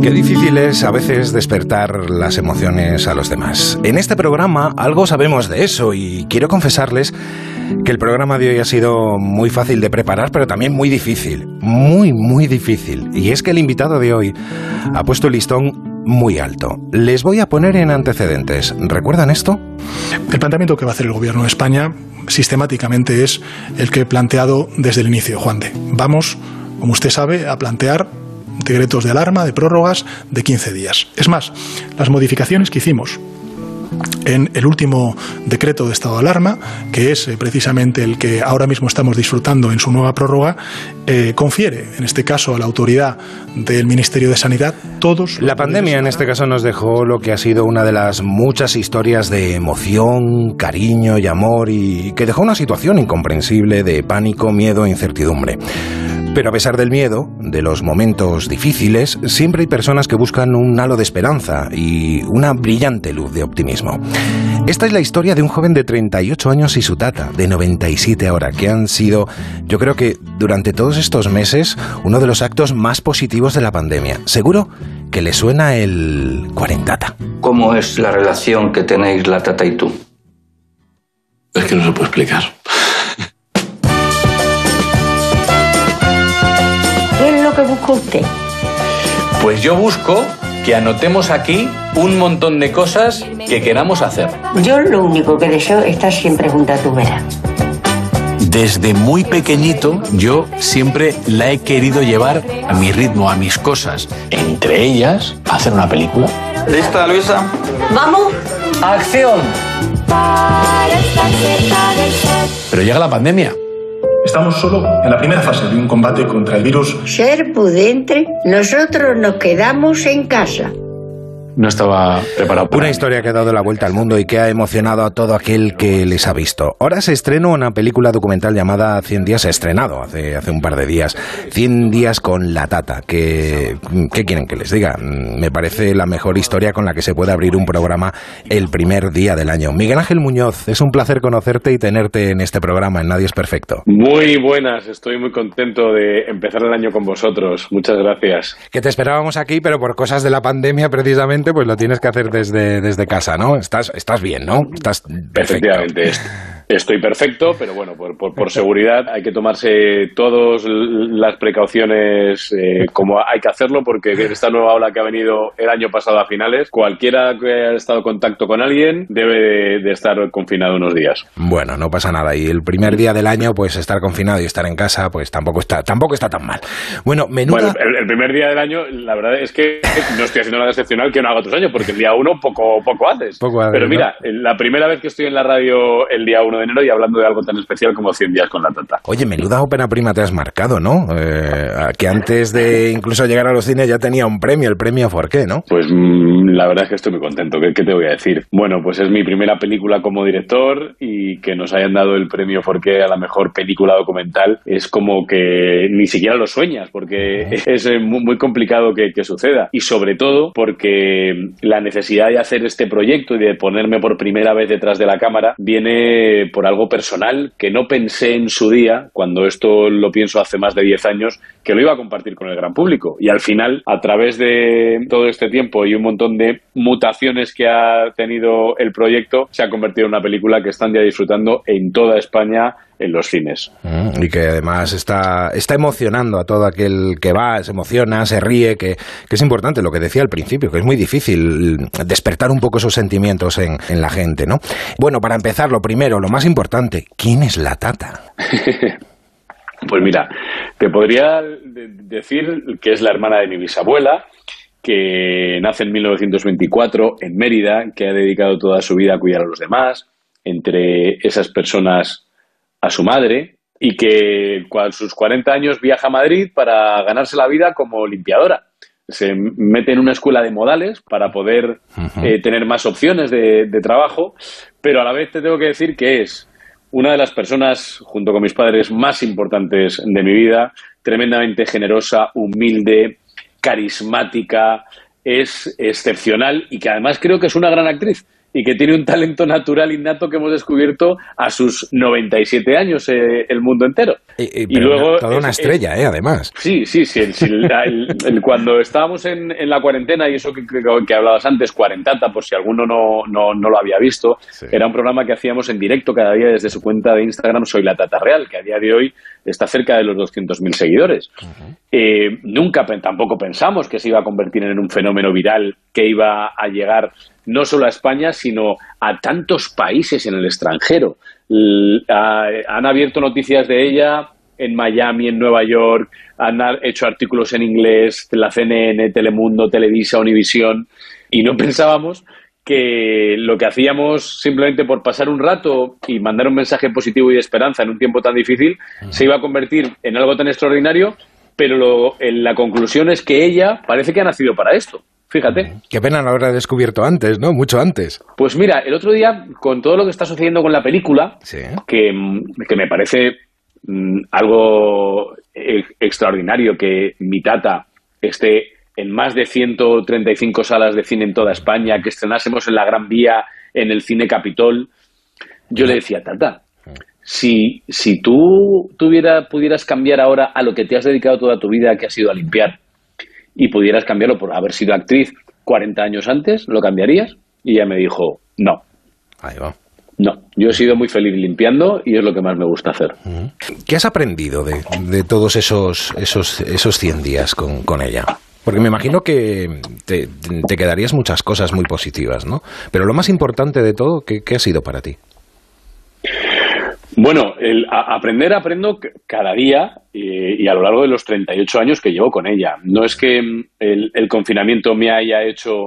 Qué difícil es a veces despertar las emociones a los demás. En este programa algo sabemos de eso y quiero confesarles que el programa de hoy ha sido muy fácil de preparar, pero también muy difícil. Muy difícil. Y es que el invitado de hoy ha puesto el listón muy alto. Les voy a poner en antecedentes. ¿Recuerdan esto? El planteamiento que va a hacer el Gobierno de España sistemáticamente es el que he planteado desde el inicio, Juan de. Vamos, como usted sabe, a plantear decretos de alarma, de prórrogas de 15 días. Es más, las modificaciones que hicimos en el último decreto de estado de alarma, que es precisamente el que ahora mismo estamos disfrutando en su nueva prórroga, confiere, en este caso, a la autoridad del Ministerio de Sanidad todos... La pandemia, en este caso, nos dejó lo que ha sido una de las muchas historias de emoción, cariño y amor, y que dejó una situación incomprensible de pánico, miedo e incertidumbre. Pero a pesar del miedo, de los momentos difíciles, siempre hay personas que buscan un halo de esperanza y una brillante luz de optimismo. Esta es la historia de un joven de 38 años y su tata, de 97 ahora, que han sido, yo creo que durante todos estos meses, uno de los actos más positivos de la pandemia. Seguro que le suena el cuarentata. ¿Cómo es la relación que tenéis la tata y tú? Es que no se puede explicar. ¿Qué es lo que busca usted? Pues yo busco que anotemos aquí un montón de cosas que queramos hacer. Yo lo único que deseo es estar siempre junto a tu vera. Desde muy pequeñito yo siempre la he querido llevar a mi ritmo, a mis cosas. Entre ellas, hacer una película. ¿Lista, Luisa? ¡Vamos! ¡Acción! Pero llega la pandemia. Estamos solo en la primera fase de un combate contra el virus. Ser prudente, nosotros nos quedamos en casa. No estaba preparado para Una mí. historia que ha dado la vuelta al mundo y que ha emocionado a todo aquel que les ha visto. Ahora se estrena una película documental llamada 100 días, se ha estrenado hace un par de días. 100 días con la tata. ¿Qué quieren que les diga? Me parece la mejor historia con la que se puede abrir un programa el primer día del año. Miguel Ángel Muñoz, es un placer conocerte y tenerte en este programa, en Nadie es Perfecto. Muy buenas, estoy muy contento de empezar el año con vosotros. Muchas gracias. Que te esperábamos aquí, pero por cosas de la pandemia precisamente, pues lo tienes que hacer desde casa, ¿no? Estás bien, ¿no? Estás perfecto. Efectivamente, estoy perfecto, pero bueno, por seguridad hay que tomarse todas las precauciones como hay que hacerlo, porque en esta nueva ola que ha venido el año pasado a finales, cualquiera que haya estado en contacto con alguien debe de estar confinado unos días. Bueno, no pasa nada. Y el primer día del año, pues estar confinado y estar en casa, pues tampoco está tan mal. Bueno, menuda... Bueno, el primer día del año, la verdad es que no estoy haciendo nada excepcional que no haga otros años, porque el día 1 poco antes. Pero mira, ¿no? La primera vez que estoy en la radio el día 1 de enero y hablando de algo tan especial como 100 días con la tata. Oye, menuda ópera prima te has marcado, ¿no? Que antes de incluso llegar a los cines ya tenía un premio, el premio Forqué, ¿no? Pues la verdad es que estoy muy contento. ¿Qué te voy a decir? Bueno, pues es mi primera película como director y que nos hayan dado el premio Forqué a la mejor película documental es como que ni siquiera lo sueñas, porque es muy complicado que suceda. Y sobre todo porque la necesidad de hacer este proyecto y de ponerme por primera vez detrás de la cámara viene por algo personal que no pensé en su día, cuando esto lo pienso hace más de 10 años, que lo iba a compartir con el gran público. Y al final, a través de todo este tiempo y un montón de mutaciones que ha tenido el proyecto, se ha convertido en una película que están ya disfrutando en toda España en los cines. Y que además está emocionando a todo aquel que va, se emociona, se ríe, que es importante lo que decía al principio, que es muy difícil despertar un poco esos sentimientos en la gente, ¿no? Bueno, para empezar, lo primero, lo más importante, ¿quién es la tata? Pues mira, te podría decir que es la hermana de mi bisabuela, que nace en 1924 en Mérida, que ha dedicado toda su vida a cuidar a los demás, entre esas personas a su madre, y que a sus 40 años viaja a Madrid para ganarse la vida como limpiadora. Se mete en una escuela de modales para poder tener más opciones de trabajo, pero a la vez te tengo que decir que es una de las personas, junto con mis padres, más importantes de mi vida, tremendamente generosa, humilde, carismática, es excepcional y que además creo que es una gran actriz. y que tiene un talento natural innato que hemos descubierto a sus 97 años el mundo entero. Y luego toda una estrella, además. Sí. Cuando estábamos en la cuarentena, y eso que hablabas antes, Cuarentata, por si alguno no lo había visto, era un programa que hacíamos en directo cada día desde su cuenta de Instagram, Soy la Tata Real, que a día de hoy está cerca de los 200.000 seguidores. Nunca tampoco pensamos que se iba a convertir en un fenómeno viral que iba a llegar no solo a España, sino a tantos países en el extranjero. Han abierto noticias de ella en Miami, en Nueva York, han hecho artículos en inglés, la CNN, Telemundo, Televisa, Univisión, y no pensábamos que lo que hacíamos simplemente por pasar un rato y mandar un mensaje positivo y de esperanza en un tiempo tan difícil se iba a convertir en algo tan extraordinario, pero la conclusión es que ella parece que ha nacido para esto. Fíjate. Qué pena no haberla descubierto antes, ¿no? Mucho antes. Pues mira, el otro día, con todo lo que está sucediendo con la película, que me parece algo extraordinario que mi tata esté en más de 135 salas de cine en toda España, que estrenásemos en la Gran Vía, en el Cine Capitol. Yo le decía, tata, si tú pudieras cambiar ahora a lo que te has dedicado toda tu vida, que ha sido a limpiar, y pudieras cambiarlo por haber sido actriz 40 años antes, ¿lo cambiarías? Y ella me dijo, no. Ahí va. No, yo he sido muy feliz limpiando y es lo que más me gusta hacer. ¿Qué has aprendido de todos esos 100 días con ella? Porque me imagino que te quedarías muchas cosas muy positivas, ¿no? Pero lo más importante de todo, ¿qué ha sido para ti? Bueno, aprendo cada día y a lo largo de los 38 años que llevo con ella. No es que el confinamiento me haya hecho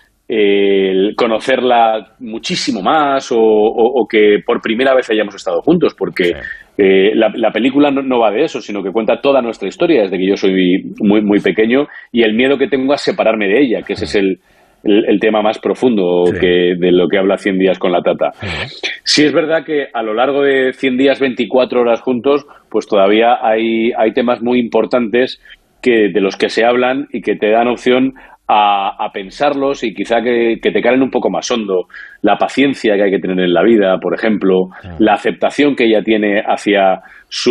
conocerla muchísimo más o que por primera vez hayamos estado juntos, porque la película no va de eso, sino que cuenta toda nuestra historia desde que yo soy muy, muy pequeño y el miedo que tengo a separarme de ella, que ese es el tema más profundo de lo que habla 100 días con la tata. Sí es verdad que a lo largo de 100 días, 24 horas juntos, pues todavía hay temas muy importantes de los que se hablan y que te dan opción a pensarlos y quizá que te calen un poco más hondo. La paciencia que hay que tener en la vida, por ejemplo, la aceptación que ella tiene hacia su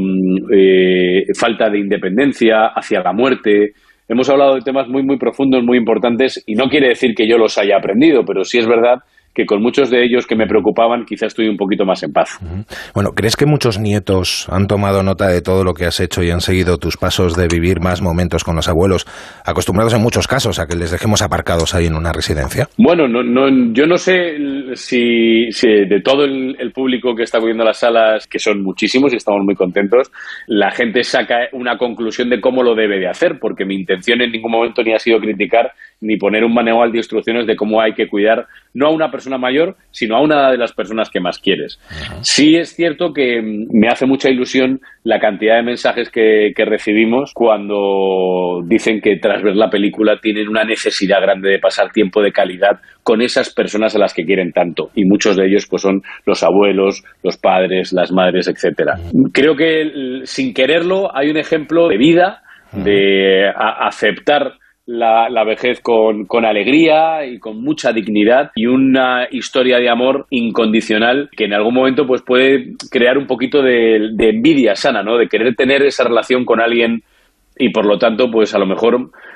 falta de independencia, hacia la muerte. Hemos hablado de temas muy, muy profundos, muy importantes, y no quiere decir que yo los haya aprendido, pero sí es verdad que con muchos de ellos que me preocupaban quizás estoy un poquito más en paz. Bueno, ¿crees que muchos nietos han tomado nota de todo lo que has hecho y han seguido tus pasos de vivir más momentos con los abuelos, acostumbrados en muchos casos a que les dejemos aparcados ahí en una residencia? Bueno, yo no sé si de todo el público que está acudiendo a las salas, que son muchísimos y estamos muy contentos, la gente saca una conclusión de cómo lo debe de hacer, porque mi intención en ningún momento ni ha sido criticar ni poner un manual de instrucciones de cómo hay que cuidar no a una persona mayor, sino a una de las personas que más quieres. Sí es cierto que me hace mucha ilusión la cantidad de mensajes que recibimos cuando dicen que tras ver la película tienen una necesidad grande de pasar tiempo de calidad con esas personas a las que quieren tanto, y muchos de ellos pues son los abuelos, los padres, las madres, etcétera. Creo que sin quererlo hay un ejemplo de vida, de aceptar la vejez con alegría y con mucha dignidad, y una historia de amor incondicional que en algún momento pues puede crear un poquito de envidia sana, ¿no? De querer tener esa relación con alguien, y por lo tanto pues a lo mejor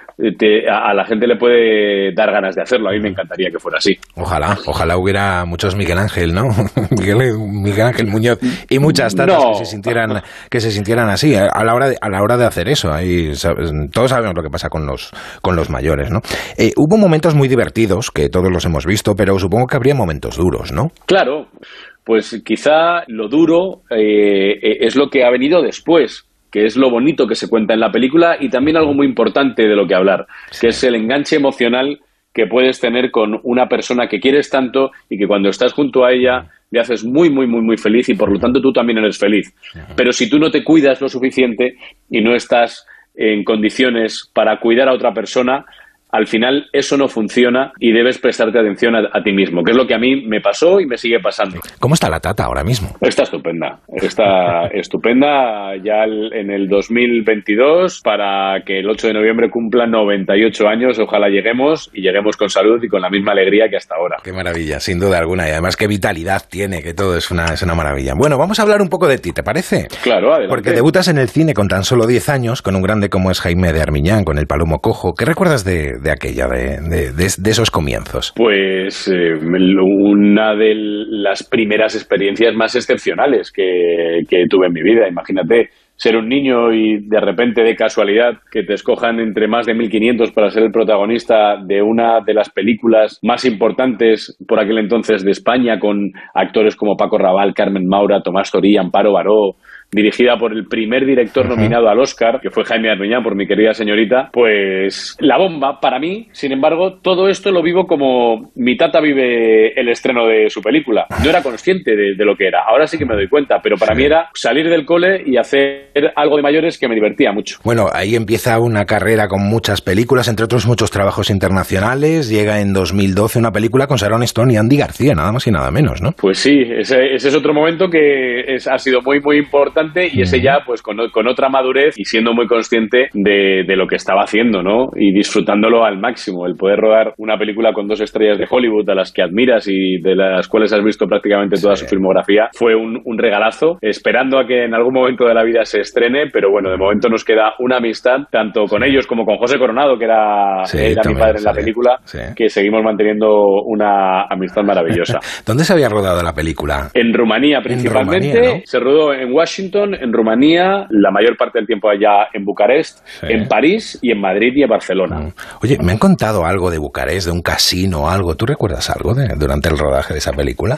a la gente le puede dar ganas de hacerlo. A mí me encantaría que fuera así. Ojalá hubiera muchos Miguel Ángel, ¿no? Miguel Ángel Muñoz y muchas tatas que se sintieran así a la hora de hacer eso. Ahí, todos sabemos lo que pasa con los mayores, ¿no? Hubo momentos muy divertidos que todos los hemos visto, pero supongo que habría momentos duros, ¿no? Claro, pues quizá lo duro es lo que ha venido después, que es lo bonito que se cuenta en la película, y también algo muy importante de lo que hablar, que es el enganche emocional que puedes tener con una persona que quieres tanto y que cuando estás junto a ella le haces muy, muy, muy, muy feliz, y por lo tanto tú también eres feliz. Pero si tú no te cuidas lo suficiente y no estás en condiciones para cuidar a otra persona, al final eso no funciona y debes prestarte atención a ti mismo, que es lo que a mí me pasó y me sigue pasando. ¿Cómo está la Tata ahora mismo? Está estupenda ya en el 2022 para que el 8 de noviembre cumpla 98 años, ojalá lleguemos con salud y con la misma alegría que hasta ahora. Qué maravilla, sin duda alguna, y además qué vitalidad tiene, que todo es una maravilla. Bueno, vamos a hablar un poco de ti, ¿te parece? Claro, adelante. Porque debutas en el cine con tan solo 10 años, con un grande como es Jaime de Armiñán, con El Palomo Cojo. ¿Qué recuerdas de aquella, de esos comienzos? Pues una de las primeras experiencias más excepcionales que tuve en mi vida. Imagínate ser un niño y de repente, de casualidad, que te escojan entre más de 1.500 para ser el protagonista de una de las películas más importantes por aquel entonces de España, con actores como Paco Rabanne, Carmen Maura, Tomás Torí, Amparo Baró, dirigida por el primer director nominado al Oscar, que fue Jaime Armiñán, por Mi querida señorita. Pues la bomba para mí. Sin embargo, todo esto lo vivo como mi tata vive el estreno de su película. No era consciente de lo que era. Ahora sí que me doy cuenta, pero para mí era salir del cole y hacer algo de mayores que me divertía mucho. Bueno, ahí empieza una carrera con muchas películas, entre otros muchos trabajos internacionales. Llega en 2012 una película con Sharon Stone y Andy García, nada más y nada menos, ¿no? Pues sí, ese es otro momento que ha sido muy, muy importante, y ese ya pues con otra madurez y siendo muy consciente de lo que estaba haciendo, ¿no? Y disfrutándolo al máximo. El poder rodar una película con 2 estrellas de Hollywood a las que admiras y de las cuales has visto prácticamente toda su filmografía fue un regalazo, esperando a que en algún momento de la vida se estrene, pero bueno, de momento nos queda una amistad, tanto con ellos como con José Coronado, que era mi padre en la película, que seguimos manteniendo una amistad maravillosa. ¿Dónde se había rodado la película? En Rumanía principalmente. En Rumanía, ¿no? Se rodó en Washington, en Rumanía, la mayor parte del tiempo allá en Bucarest, en París y en Madrid y en Barcelona. Oye, me han contado algo de Bucarest, de un casino o algo. ¿Tú recuerdas algo durante el rodaje de esa película?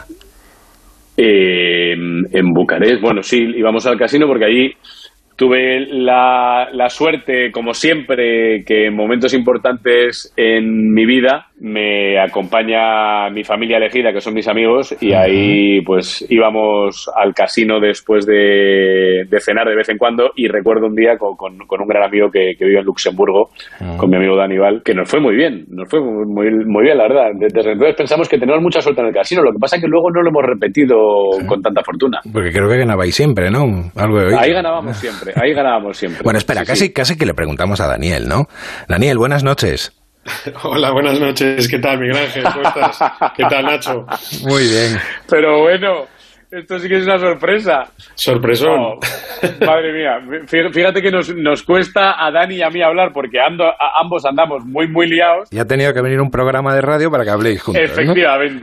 En Bucarest, bueno, sí, íbamos al casino porque allí tuve la suerte, como siempre, que en momentos importantes en mi vida me acompaña mi familia elegida, que son mis amigos, y ahí pues íbamos al casino después de cenar de vez en cuando, y recuerdo un día con un gran amigo que vive en Luxemburgo, con mi amigo Daníbal, que nos fue muy bien, muy bien, la verdad. Desde entonces pensamos que tenemos mucha suerte en el casino, lo que pasa es que luego no lo hemos repetido con tanta fortuna. Porque creo que ganabais siempre, ¿no? Algo de oído. Ahí ganábamos siempre. Bueno, espera, casi que le preguntamos a Daniel, ¿no? Daniel, buenas noches. Hola, buenas noches. ¿Qué tal, Miguel Ángel? ¿Cómo estás? ¿Qué tal, Nacho? Muy bien. Pero bueno, esto sí que es una sorpresa. Sorpresón. Oh, madre mía. Fíjate que nos cuesta a Dani y a mí hablar porque ambos andamos muy, muy liados. Y ha tenido que venir un programa de radio para que habléis juntos, efectivamente.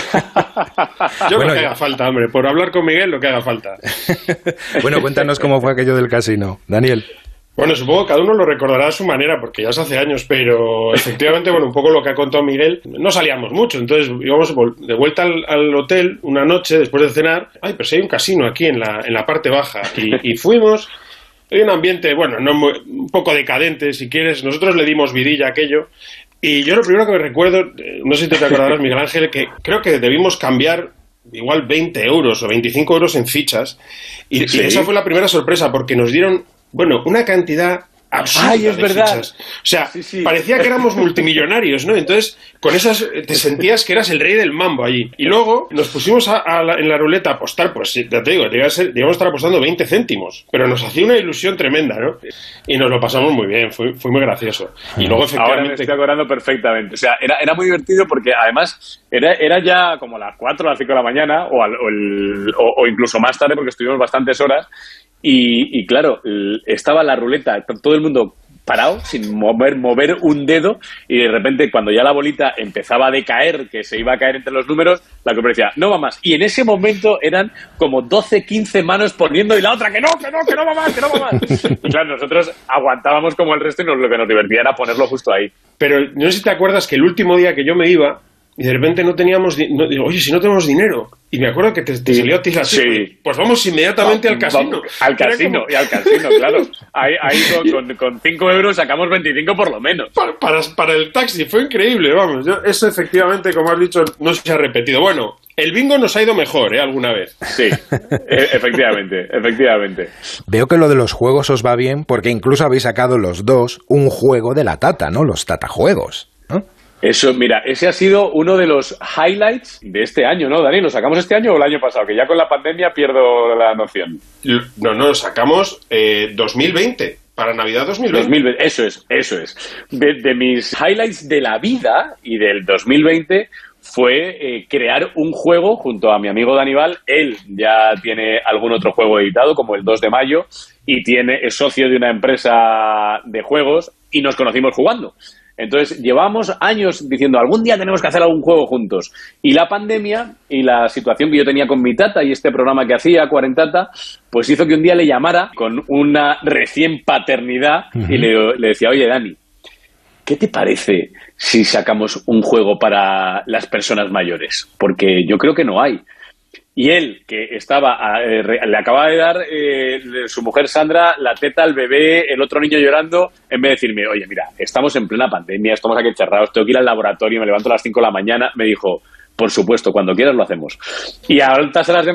¿No? Yo lo que haga falta, hombre. Por hablar con Miguel, lo que haga falta. Bueno, cuéntanos cómo fue aquello del casino, Daniel. Bueno, supongo que cada uno lo recordará a su manera, porque ya es hace años, pero efectivamente, bueno, un poco lo que ha contado Miguel, no salíamos mucho, entonces íbamos de vuelta al hotel una noche después de cenar. Ay, pero si hay un casino aquí en la parte baja, y fuimos. Hay un ambiente, bueno, un poco decadente, si quieres. Nosotros le dimos vidilla a aquello, y yo lo primero que me recuerdo, no sé si te acordarás, Miguel Ángel, que creo que debimos cambiar igual 20 euros o 25 euros en fichas, y esa fue la primera sorpresa, porque nos dieron, bueno, una cantidad absurda. ¡Ay, es verdad! Fichas. O sea, parecía que éramos multimillonarios, ¿no? Entonces, con esas te sentías que eras el rey del mambo allí. Y luego nos pusimos en la ruleta a apostar, pues ya te digo, digamos estar apostando 20 céntimos. Pero nos hacía una ilusión tremenda, ¿no? Y nos lo pasamos muy bien, fue muy gracioso. Y luego, efectivamente... Ahora me estoy acordando perfectamente. O sea, era muy divertido porque además era ya como las 4 o las 5 de la mañana o incluso más tarde porque estuvimos bastantes horas. Y claro, estaba la ruleta, todo el mundo parado, sin mover un dedo, y de repente cuando ya la bolita empezaba a decaer, que se iba a caer entre los números, la que decía, no va más. Y en ese momento eran como 12, 15 manos poniendo, y la otra, que no va más. Y claro, nosotros aguantábamos como el resto y lo que nos divertía era ponerlo justo ahí. Pero no sé si te acuerdas que el último día que yo me iba, y de repente no teníamos digo, oye, si no tenemos dinero. Y me acuerdo que te salió a ti así. Sí. Pues vamos inmediatamente al casino. Al casino, claro. Ahí con 5 euros sacamos 25 por lo menos. Para el taxi, fue increíble, vamos. Eso efectivamente, como has dicho, no se ha repetido. Bueno, El bingo nos ha ido mejor, alguna vez. Sí, efectivamente. Veo que lo de los juegos os va bien porque incluso habéis sacado los dos un juego de la Tata, ¿no? Los Tatajuegos, ¿no? Eso, mira, ese ha sido uno de los highlights de este año, ¿no, Dani? ¿Lo sacamos este año o el año pasado? Que ya con la pandemia pierdo la noción. No, lo sacamos 2020. Para Navidad 2020. Eso es. De mis highlights de la vida y del 2020 fue crear un juego junto a mi amigo Danival. Él ya tiene algún otro juego editado, como el 2 de mayo, y es socio de una empresa de juegos, y nos conocimos jugando. Entonces, llevamos años diciendo, algún día tenemos que hacer algún juego juntos. Y la pandemia y la situación que yo tenía con mi tata y este programa que hacía, Cuarentata, pues hizo que un día le llamara con una recién paternidad y le decía, oye, Dani, ¿qué te parece si sacamos un juego para las personas mayores? Porque yo creo que no hay. Y él, que le acababa de dar su mujer Sandra la teta al bebé, el otro niño llorando, en vez de decirme, oye, mira, estamos en plena pandemia, estamos aquí encerrados, tengo que ir al laboratorio, me levanto a las 5 de la mañana, me dijo, por supuesto, cuando quieras lo hacemos. Y a altas horas de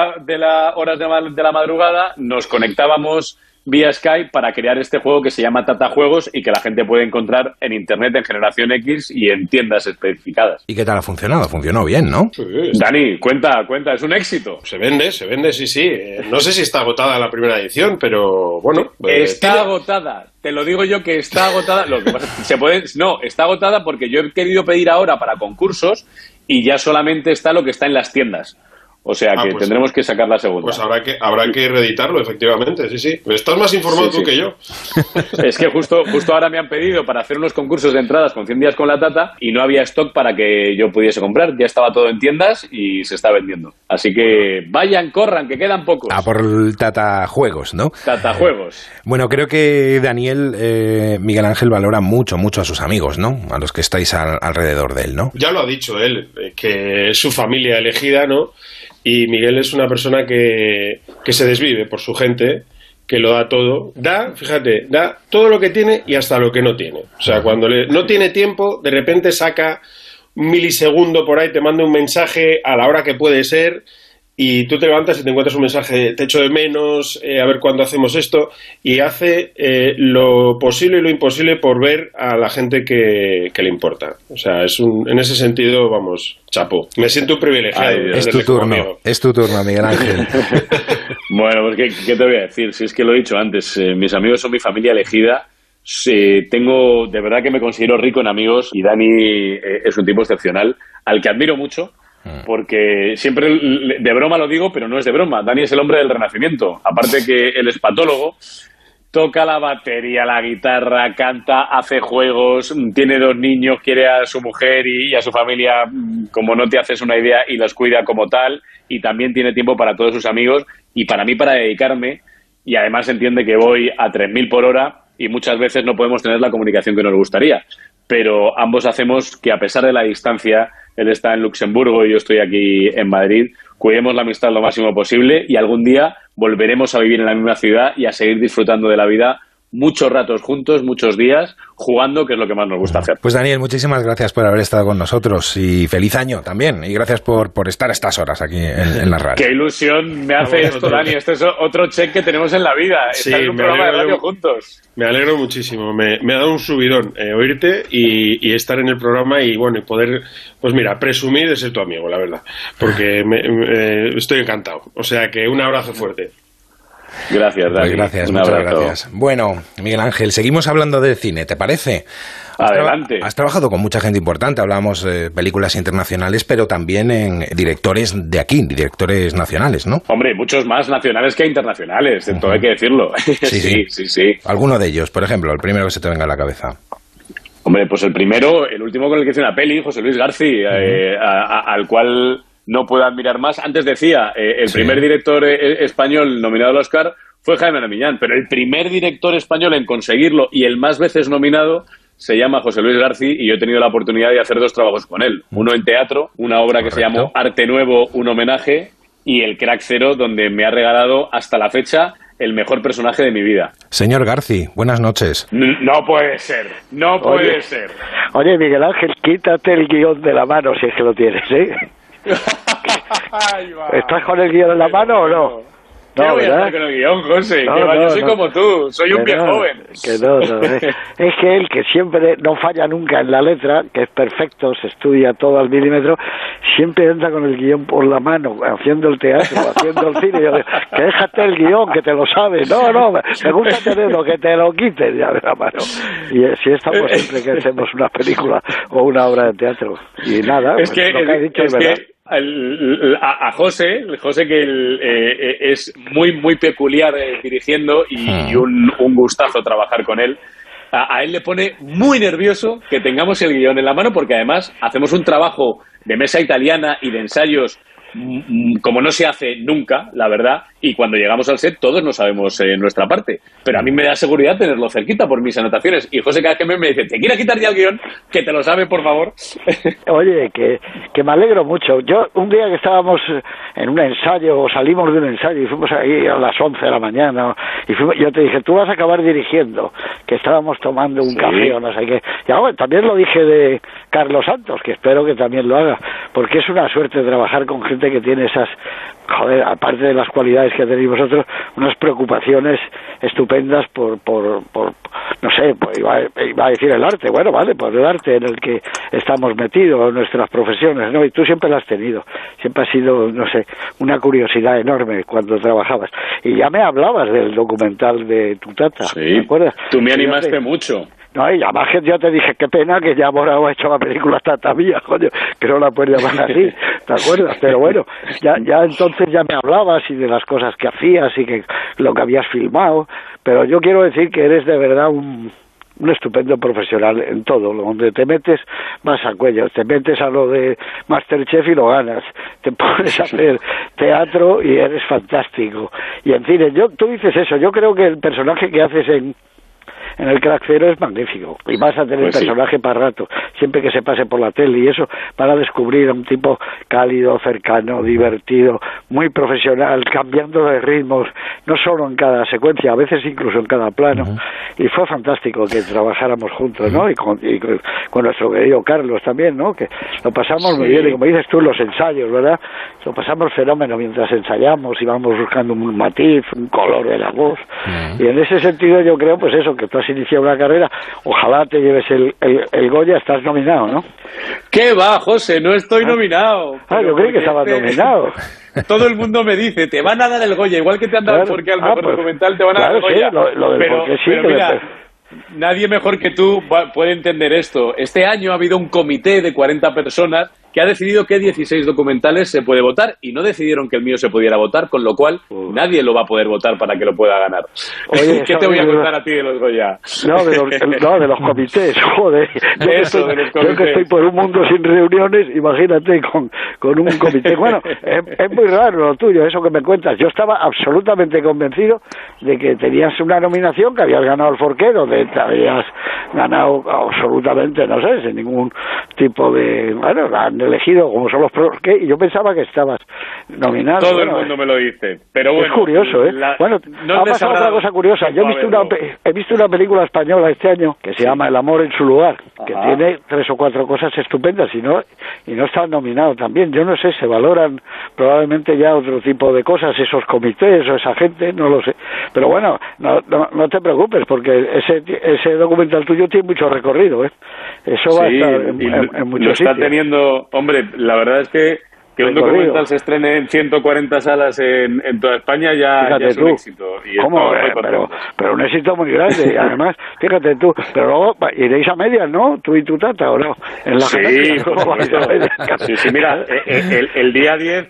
la madrugada nos conectábamos vía Skype para crear este juego que se llama Tatajuegos y que la gente puede encontrar en internet en Generación X y en tiendas especificadas. ¿Y qué tal ha funcionado? Funcionó bien, ¿no? Sí. Dani, cuenta, es un éxito. Se vende, sí. No sé si está agotada la primera edición, pero bueno. Está agotada. Te lo digo yo que está agotada. Lo que pasa, está agotada porque yo he querido pedir ahora para concursos y ya solamente está lo que está en las tiendas. O sea que tendremos que sacar la segunda. Pues habrá que reeditarlo, efectivamente, sí. Estás más informado tú que yo. Es que justo ahora me han pedido para hacer unos concursos de entradas con 100 días con la Tata y no había stock para que yo pudiese comprar. Ya estaba todo en tiendas y se está vendiendo. Así que vayan, corran, que quedan pocos. A por el Tatajuegos, ¿no? Tatajuegos. Bueno, creo que Daniel, Miguel Ángel valora mucho a sus amigos, ¿no? A los que estáis alrededor de él, ¿no? Ya lo ha dicho él, que es su familia elegida, ¿no? Y Miguel es una persona que se desvive por su gente, que lo da todo. Da todo lo que tiene y hasta lo que no tiene. O sea, cuando no tiene tiempo, de repente saca un milisegundo por ahí, te manda un mensaje a la hora que puede ser y tú te levantas y te encuentras un mensaje de te echo de menos, a ver cuándo hacemos esto, y hace lo posible y lo imposible por ver a la gente que le importa. O sea, en ese sentido, vamos, chapo. Me siento privilegiado. Es tu turno, Miguel Ángel. Bueno, pues ¿qué te voy a decir? Si es que lo he dicho antes, mis amigos son mi familia elegida. De verdad que me considero rico en amigos y Dani es un tipo excepcional, al que admiro mucho. Porque siempre de broma lo digo, pero no es de broma. Dani es el hombre del Renacimiento. Aparte que él es patólogo, toca la batería, la guitarra, canta, hace juegos, tiene 2 niños, quiere a su mujer y a su familia como no te haces una idea y los cuida como tal, y también tiene tiempo para todos sus amigos y para mí para dedicarme, y además entiende que voy a 3.000 por hora y muchas veces no podemos tener la comunicación que nos gustaría. Pero ambos hacemos que, a pesar de la distancia, él está en Luxemburgo y yo estoy aquí en Madrid, cuidemos la amistad lo máximo posible y algún día volveremos a vivir en la misma ciudad y a seguir disfrutando de la vida muchos ratos juntos, muchos días, jugando, que es lo que más nos gusta hacer. Pues Daniel, muchísimas gracias por haber estado con nosotros y feliz año también. Y gracias por estar a estas horas aquí en la radio. Qué ilusión me hace esto, Dani. Este es otro check que tenemos en la vida. Estar en un programa de radio juntos. Me alegro muchísimo. Me ha dado un subidón oírte y estar en el programa y bueno, y poder, pues mira, presumir de ser tu amigo, la verdad. Porque estoy encantado. O sea que un abrazo fuerte. Gracias, Dani. Pues gracias, muchas gracias. Bueno, Miguel Ángel, seguimos hablando de cine, ¿te parece? Adelante. Has trabajado con mucha gente importante, hablábamos de películas internacionales, pero también en directores de aquí, directores nacionales, ¿no? Hombre, muchos más nacionales que internacionales, todo hay que decirlo. Sí. ¿Alguno de ellos, por ejemplo, el primero que se te venga a la cabeza? Hombre, pues el último con el que hice una peli, José Luis García, al cual no puedo admirar más. Antes decía, el primer director español nominado al Oscar fue Jaime Armiñán, pero el primer director español en conseguirlo y el más veces nominado se llama José Luis García y yo he tenido la oportunidad de hacer 2 trabajos con él. Uno en teatro, una obra que se llamó Arte Nuevo, un homenaje, y El Crack Cero, donde me ha regalado hasta la fecha el mejor personaje de mi vida. Señor García, buenas noches. No puede ser, no puede ser. Oye, Miguel Ángel, quítate el guión de la mano si es que lo tienes, ¿eh? ¿Estás con el guión en la mano o no? No, voy a estar con el guión, José. Yo soy como tú, soy un viejo joven. Es que él, que siempre no falla nunca en la letra, que es perfecto, se estudia todo al milímetro, siempre anda con el guión por la mano, haciendo el teatro, haciendo el cine. Yo digo, que déjate el guión, que te lo sabes. No, me gusta tenerlo, que te lo quites ya de la mano. Y si estamos siempre que hacemos una película o una obra de teatro. Y nada, es que, lo que ha dicho es verdad. A José que es muy peculiar dirigiendo y un gustazo trabajar con él. A él le pone muy nervioso que tengamos el guión en la mano, porque además hacemos un trabajo de mesa italiana y de ensayos como no se hace nunca, la verdad, y cuando llegamos al set todos no sabemos nuestra parte, pero a mí me da seguridad tenerlo cerquita por mis anotaciones, y José cada vez que me dice, ¿te quieres quitar ya el guión? Que te lo sabe, por favor. Oye, que me alegro mucho. Yo, un día que estábamos en un ensayo, o salimos de un ensayo, y fuimos ahí a las 11 de la mañana, y yo te dije, tú vas a acabar dirigiendo, que estábamos tomando un café o no sé qué. Y ahora también lo dije de Carlos Santos, que espero que también lo haga, porque es una suerte trabajar con gente que tiene esas, aparte de las cualidades que tenéis vosotros, unas preocupaciones estupendas por no sé, pues iba a decir el arte, bueno, vale, por el arte en el que estamos metidos, nuestras profesiones, ¿no? Y tú siempre la has tenido, siempre ha sido, no sé, una curiosidad enorme cuando trabajabas. Y ya me hablabas del documental de tu tata, ¿te acuerdas? Tú me animaste mucho. No, y además que yo te dije, qué pena que ya Morao ha hecho la película Tata Mía, coño, que no la puedes llamar así, ¿te acuerdas? Pero bueno, ya entonces ya me hablabas y de las cosas que hacías y que lo que habías filmado, pero yo quiero decir que eres de verdad un estupendo profesional en todo, donde te metes vas a cuello, te metes a lo de Masterchef y lo ganas, te pones a hacer teatro y eres fantástico, y en cine, tú dices eso, yo creo que el personaje que haces en el Crack Zero es magnífico y vas a tener personaje para rato, siempre que se pase por la tele, y eso para descubrir a un tipo cálido, cercano, divertido, muy profesional, cambiando de ritmos, no solo en cada secuencia, a veces incluso en cada plano, y fue fantástico que trabajáramos juntos, ¿no? Y con nuestro querido Carlos también, ¿no? Que lo pasamos muy bien, y como dices tú, los ensayos, ¿verdad? Lo pasamos fenómeno mientras ensayamos, y vamos buscando un matiz, un color de la voz, y en ese sentido yo creo, pues eso, que tú has iniciado una carrera, ojalá te lleves el Goya, estás nominado, ¿no? ¿Qué va, José? No estoy nominado. Yo creí que estabas nominado. Todo el mundo me dice, te van a dar el Goya, igual que te han dado el Porque al mejor documental, te van a dar el Goya. Pero mira, nadie mejor que tú puede entender esto. Este año ha habido un comité de 40 personas que ha decidido qué 16 documentales se puede votar, y no decidieron que el mío se pudiera votar, con lo cual nadie lo va a poder votar para que lo pueda ganar. Oye, ¿qué te voy a contar a ti de los Goya? De los comités, joder. Yo que estoy por un mundo sin reuniones, imagínate con un comité. Bueno, es muy raro lo tuyo, eso que me cuentas. Yo estaba absolutamente convencido de que tenías una nominación, que habías ganado el Forquero, te habías ganado absolutamente, no sé, sin ningún tipo de... Bueno, han elegido como son los Forqué, y yo pensaba que estabas nominado. Todo el mundo me lo dice, pero bueno... Es curioso, ¿eh? Bueno, ha pasado otra cosa curiosa. Yo he visto una película española este año que se llama El amor en su lugar, que tiene 3 o 4 cosas estupendas, y no está nominado también. Yo no sé, se valoran probablemente ya otro tipo de cosas, esos comités o esa gente, no lo sé. Pero bueno, no te preocupes, porque ese documental tuyo tiene mucho recorrido, ¿eh? Eso va a estar en muchos sitios. Está teniendo, hombre, la verdad es que un documental se estrene en 140 salas en toda España ya es un éxito. Y ¿cómo? Pero un éxito muy grande. Y además, fíjate tú, pero luego iréis a medias, ¿no? Tú y tu tata, ¿o no? En la sí, mira, el día 10...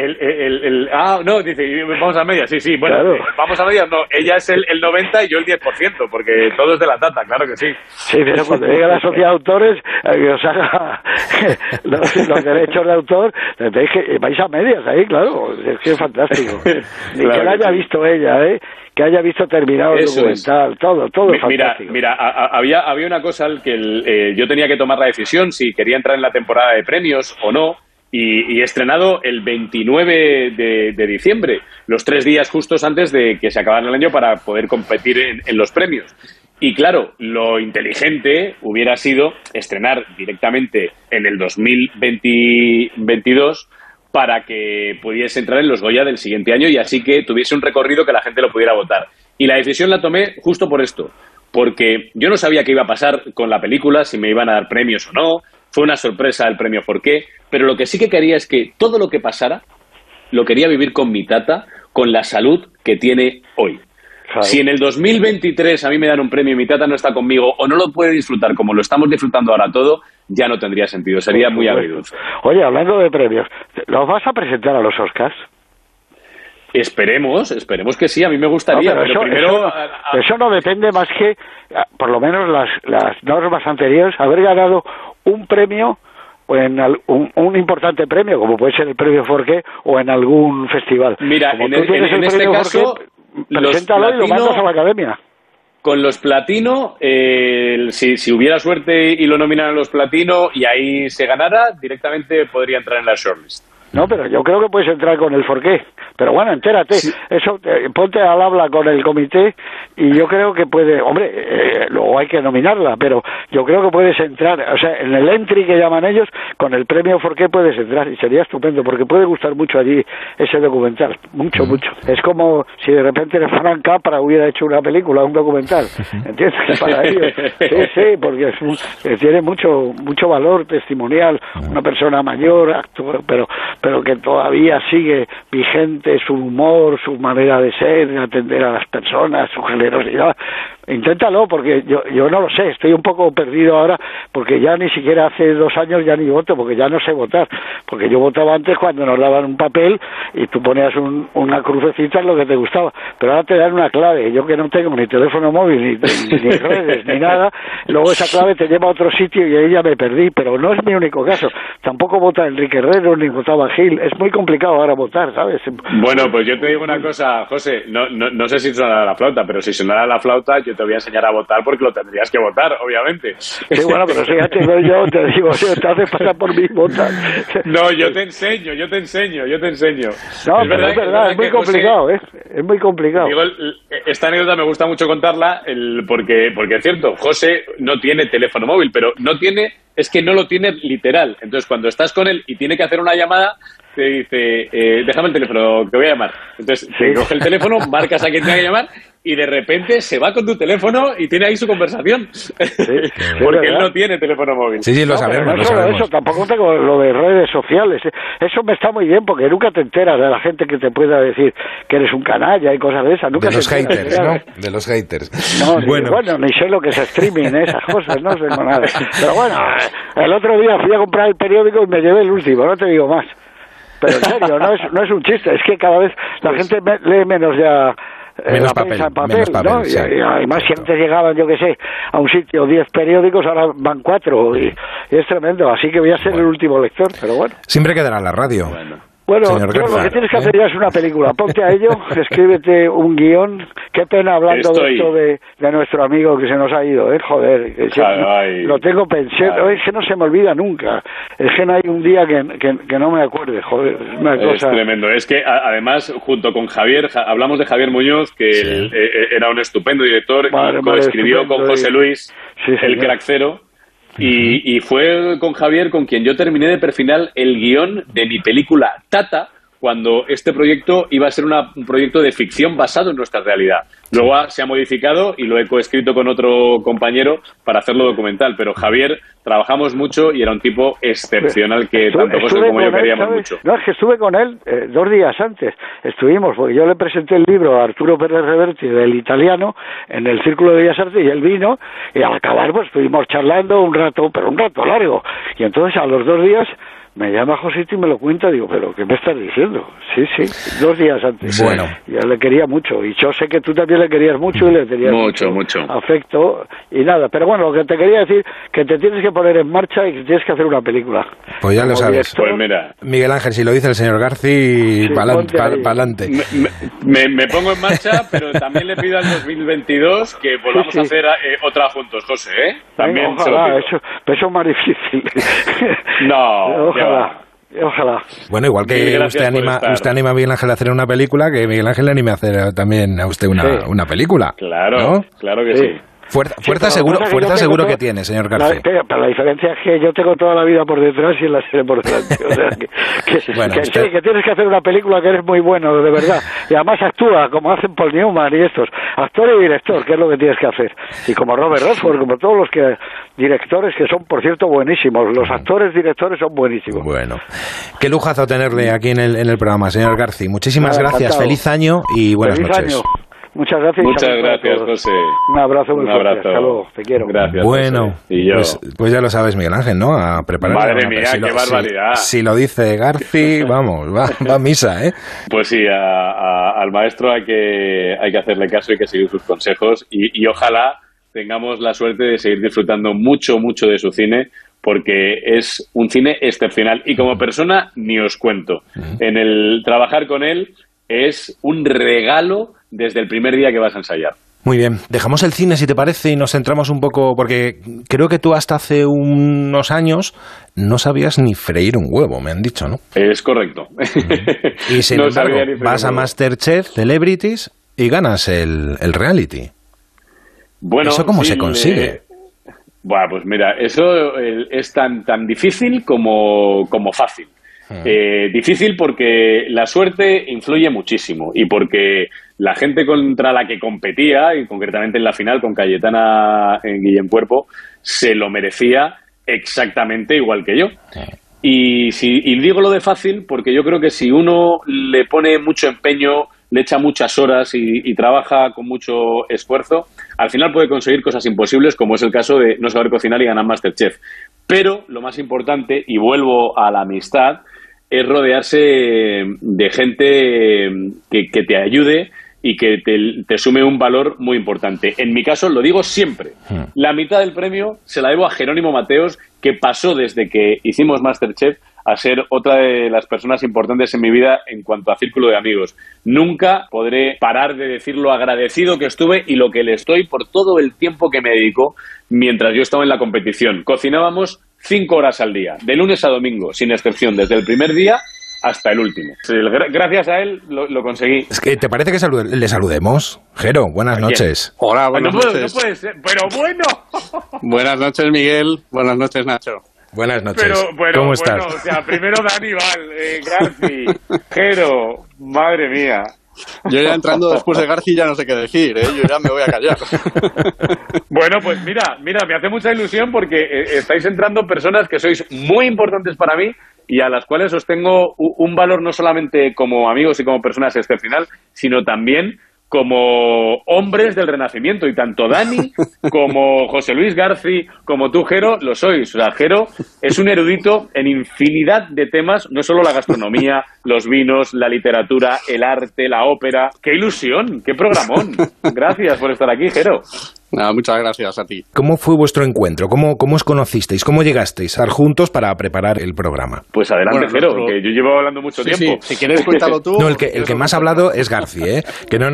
dice, vamos a medias, sí, bueno, claro. Vamos a medias, no, ella es el 90% y yo el 10%, porque todo es de la tata, claro que sí. Sí, pero cuando llegue la sociedad de autores, que os haga los derechos de autor, vais a medias ahí, claro, es que es fantástico. Y claro que la haya visto ella, que haya visto terminado el documental, todo es fantástico. Mira, había una cosa que yo tenía que tomar la decisión si quería entrar en la temporada de premios o no. Y estrenado el 29 de diciembre, los 3 días justos antes de que se acabara el año para poder competir en los premios. Y claro, lo inteligente hubiera sido estrenar directamente en el 2022, para que pudiese entrar en los Goya del siguiente año y así que tuviese un recorrido que la gente lo pudiera votar. Y la decisión la tomé justo por esto, porque yo no sabía qué iba a pasar con la película, si me iban a dar premios o no. Fue una sorpresa el premio Forqué, pero lo que sí que quería es que todo lo que pasara lo quería vivir con mi tata, con la salud que tiene hoy. Claro. Si en el 2023 a mí me dan un premio y mi tata no está conmigo o no lo puede disfrutar como lo estamos disfrutando ahora todo, ya no tendría sentido, sería muy agridulce. Oye, hablando de premios, ¿los vas a presentar a los Oscars? Esperemos que sí, a mí me gustaría, no, pero primero... Eso no depende más que, por lo menos las normas anteriores, haber ganado un premio o en un importante premio, como puede ser el premio Forqué, o en algún festival. Mira, como en este caso... Forqué, preséntalo y lo mandas a la academia. Con los platino, si hubiera suerte y lo nominaran los platino y ahí se ganara, directamente podría entrar en la shortlist. No, pero yo creo que puedes entrar con el Forqué. Pero bueno, entérate. Sí. Eso, ponte al habla con el comité y yo creo que puede... Hombre, luego hay que nominarla, pero yo creo que puedes entrar. O sea, en el entry que llaman ellos, con el premio Forqué puedes entrar y sería estupendo porque puede gustar mucho allí ese documental. Mucho, mucho. Es como si de repente Frank Capra hubiera hecho una película, un documental. ¿Entiendes? Para ellos. Sí, porque tiene mucho valor testimonial. Una persona mayor, pero que todavía sigue vigente su humor, su manera de ser, de atender a las personas, su generosidad. Inténtalo, porque yo no lo sé, estoy un poco perdido ahora, porque ya ni siquiera hace 2 años ya ni voto, porque ya no sé votar, porque yo votaba antes cuando nos daban un papel y tú ponías una crucecita en lo que te gustaba, pero ahora te dan una clave, yo que no tengo ni teléfono móvil, ni redes, ni nada, luego esa clave te lleva a otro sitio y ahí ya me perdí, pero no es mi único caso, tampoco vota Enrique Herrero ni votaba Gil, es muy complicado ahora votar, ¿sabes? Bueno, pues yo te digo una cosa, José, no sé si sonará la flauta, pero si sonara la flauta yo te voy a enseñar a votar porque lo tendrías que votar, obviamente. Sí, bueno, pero si ya te doy yo, te digo, te haces pasar por mí, votar. No, yo te enseño. No, es verdad, es muy complicado, José, es muy complicado. Digo, esta anécdota me gusta mucho contarla porque es cierto, José no tiene teléfono móvil, pero es que no lo tiene literal. Entonces, cuando estás con él y tiene que hacer una llamada, te dice, déjame el teléfono, que voy a llamar. Entonces, te coge el teléfono, marcas a quien tenga que llamar y de repente se va con tu teléfono y tiene ahí su conversación. Sí, porque él no tiene teléfono móvil. Sí, lo sabemos. No solo eso, tampoco tengo lo de redes sociales. Eso me está muy bien porque nunca te enteras de la gente que te pueda decir que eres un canalla y cosas de esas. Nunca de los haters, ¿no? De los haters. No, bueno, ni sé lo que es streaming, esas cosas, no sé nada. Pero bueno, el otro día fui a comprar el periódico y me llevé el último, no te digo más. Pero en serio, no es un chiste, es que cada vez la gente lee menos ya menos papel, ¿no? Sí. Y además si antes llegaban, yo que sé, a un sitio 10 periódicos, ahora van 4 y es tremendo, así que voy a ser el último lector, pero bueno. Siempre quedará en la radio. Bueno, lo que tienes que hacer ya es una película. Ponte a ello, escríbete un guión. Qué pena hablando de esto de nuestro amigo que se nos ha ido, joder. Lo tengo pensado, es que no se me olvida nunca. Es que no hay un día que no me acuerde, joder. Es una cosa... Es tremendo. Es que además, junto con Javier, hablamos de Javier Muñoz, que él, era un estupendo director, y coescribió con José Luis, el Crack Cero. Y fue con Javier con quien yo terminé de perfilar el guión de mi película Tata, cuando este proyecto iba a ser un proyecto de ficción basado en nuestra realidad. Luego se ha modificado y lo he coescrito con otro compañero para hacerlo documental, pero Javier trabajamos mucho y era un tipo excepcional que tanto José como yo queríamos mucho. No, es que estuve con él 2 días antes, estuvimos, porque yo le presenté el libro a Arturo Pérez Reverte del italiano en el Círculo de Bellas Artes y él vino y al acabar pues estuvimos charlando un rato, pero un rato largo, y entonces a los 2 días me llama Josito y me lo cuenta, digo, pero ¿qué me estás diciendo? Sí, 2 días antes. Bueno. Yo le quería mucho, y yo sé que tú también le querías mucho y le tenías mucho afecto, y nada, pero bueno, lo que te quería decir, que te tienes que poner en marcha y que tienes que hacer una película. Pues ya lo sabes. Pues mira. Miguel Ángel, si lo dice el señor Garci, pa'lante. Me pongo en marcha, pero también le pido al 2022 que volvamos a hacer otra juntos, José, ¿eh? También ojalá, eso es más difícil. No, Ojalá. Bueno, igual que usted anima a Miguel Ángel a hacer una película, que Miguel Ángel le anime a hacer también a usted una película. Claro, ¿no? Claro que sí. Fuerza seguro que tiene, señor García. Pero la diferencia es que yo tengo toda la vida por detrás y en la serie por delante. O sea, que tienes que hacer una película que eres muy bueno, de verdad. Y además actúa, como hacen Paul Newman y estos. Actor y director, que es lo que tienes que hacer. Y como Robert Redford, como todos los directores, que son, por cierto, buenísimos. Los actores, directores son buenísimos. Bueno, qué lujazo tenerle aquí en el programa, señor García. Muchísimas gracias. Encantado. Feliz año y buenas Feliz noches. Año. Muchas gracias. Muchas gracias, José. Un abrazo muy fuerte. Hasta luego. Te quiero. Gracias. Bueno, José. Y yo. Pues ya lo sabes, Miguel Ángel, ¿no? A preparar. Madre mía, qué barbaridad. Si lo dice García, vamos, va a misa, ¿eh? Pues sí, al maestro hay que hacerle caso, hay que seguir sus consejos y ojalá tengamos la suerte de seguir disfrutando mucho de su cine, porque es un cine excepcional y como persona ni os cuento. En el trabajar con él es un regalo desde el primer día que vas a ensayar. Muy bien, dejamos el cine si te parece y nos centramos un poco, porque creo que tú hasta hace unos años no sabías ni freír un huevo, me han dicho, ¿no? Es correcto. Y sin embargo, vas a MasterChef Celebrities y ganas el reality. Bueno, ¿eso cómo se consigue? Bueno, pues mira, eso es tan difícil como fácil. Difícil porque la suerte influye muchísimo y porque la gente contra la que competía, y concretamente en la final con Cayetana en Guillem Cuerpo, se lo merecía exactamente igual que yo. Y digo lo de fácil porque yo creo que si uno le pone mucho empeño, le echa muchas horas y trabaja con mucho esfuerzo, al final puede conseguir cosas imposibles, como es el caso de no saber cocinar y ganar MasterChef. Pero lo más importante, y vuelvo a la amistad, es rodearse de gente que te ayude y que te sume un valor muy importante. En mi caso, lo digo siempre, la mitad del premio se la debo a Jerónimo Mateos, que pasó desde que hicimos MasterChef a ser otra de las personas importantes en mi vida en cuanto a círculo de amigos. Nunca podré parar de decir lo agradecido que estuve y lo que le estoy por todo el tiempo que me dedicó mientras yo estaba en la competición. Cocinábamos 5 horas al día, de lunes a domingo, sin excepción, desde el primer día hasta el último. Gracias a él lo conseguí. Es que, ¿te parece que le saludemos? Jero, buenas noches. Hola, buenas noches. No puede ser, pero bueno. Buenas noches, Miguel. Buenas noches, Nacho. Buenas noches. Pero, ¿cómo estás? Bueno, o sea, primero Dani Val, Garci, Jero, madre mía. Yo ya entrando después de Garci ya no sé qué decir, ¿eh? Yo ya me voy a callar. Bueno, pues mira, me hace mucha ilusión porque estáis entrando personas que sois muy importantes para mí y a las cuales os tengo un valor no solamente como amigos y como personas excepcional, sino también como hombres del Renacimiento, y tanto Dani como José Luis Garci como tú, Jero, lo sois. O sea, Jero es un erudito en infinidad de temas, no solo la gastronomía, los vinos, la literatura, el arte, la ópera. ¡Qué ilusión! ¡Qué programón! Gracias por estar aquí, Jero. Nada, muchas gracias a ti. ¿Cómo fue vuestro encuentro? ¿Cómo os conocisteis? ¿Cómo llegasteis a estar juntos para preparar el programa? Pues adelante, Jero, que yo llevo hablando mucho tiempo. Sí, si quieres cuéntalo tú. No, el que más ha hablado es García, ¿eh? Que no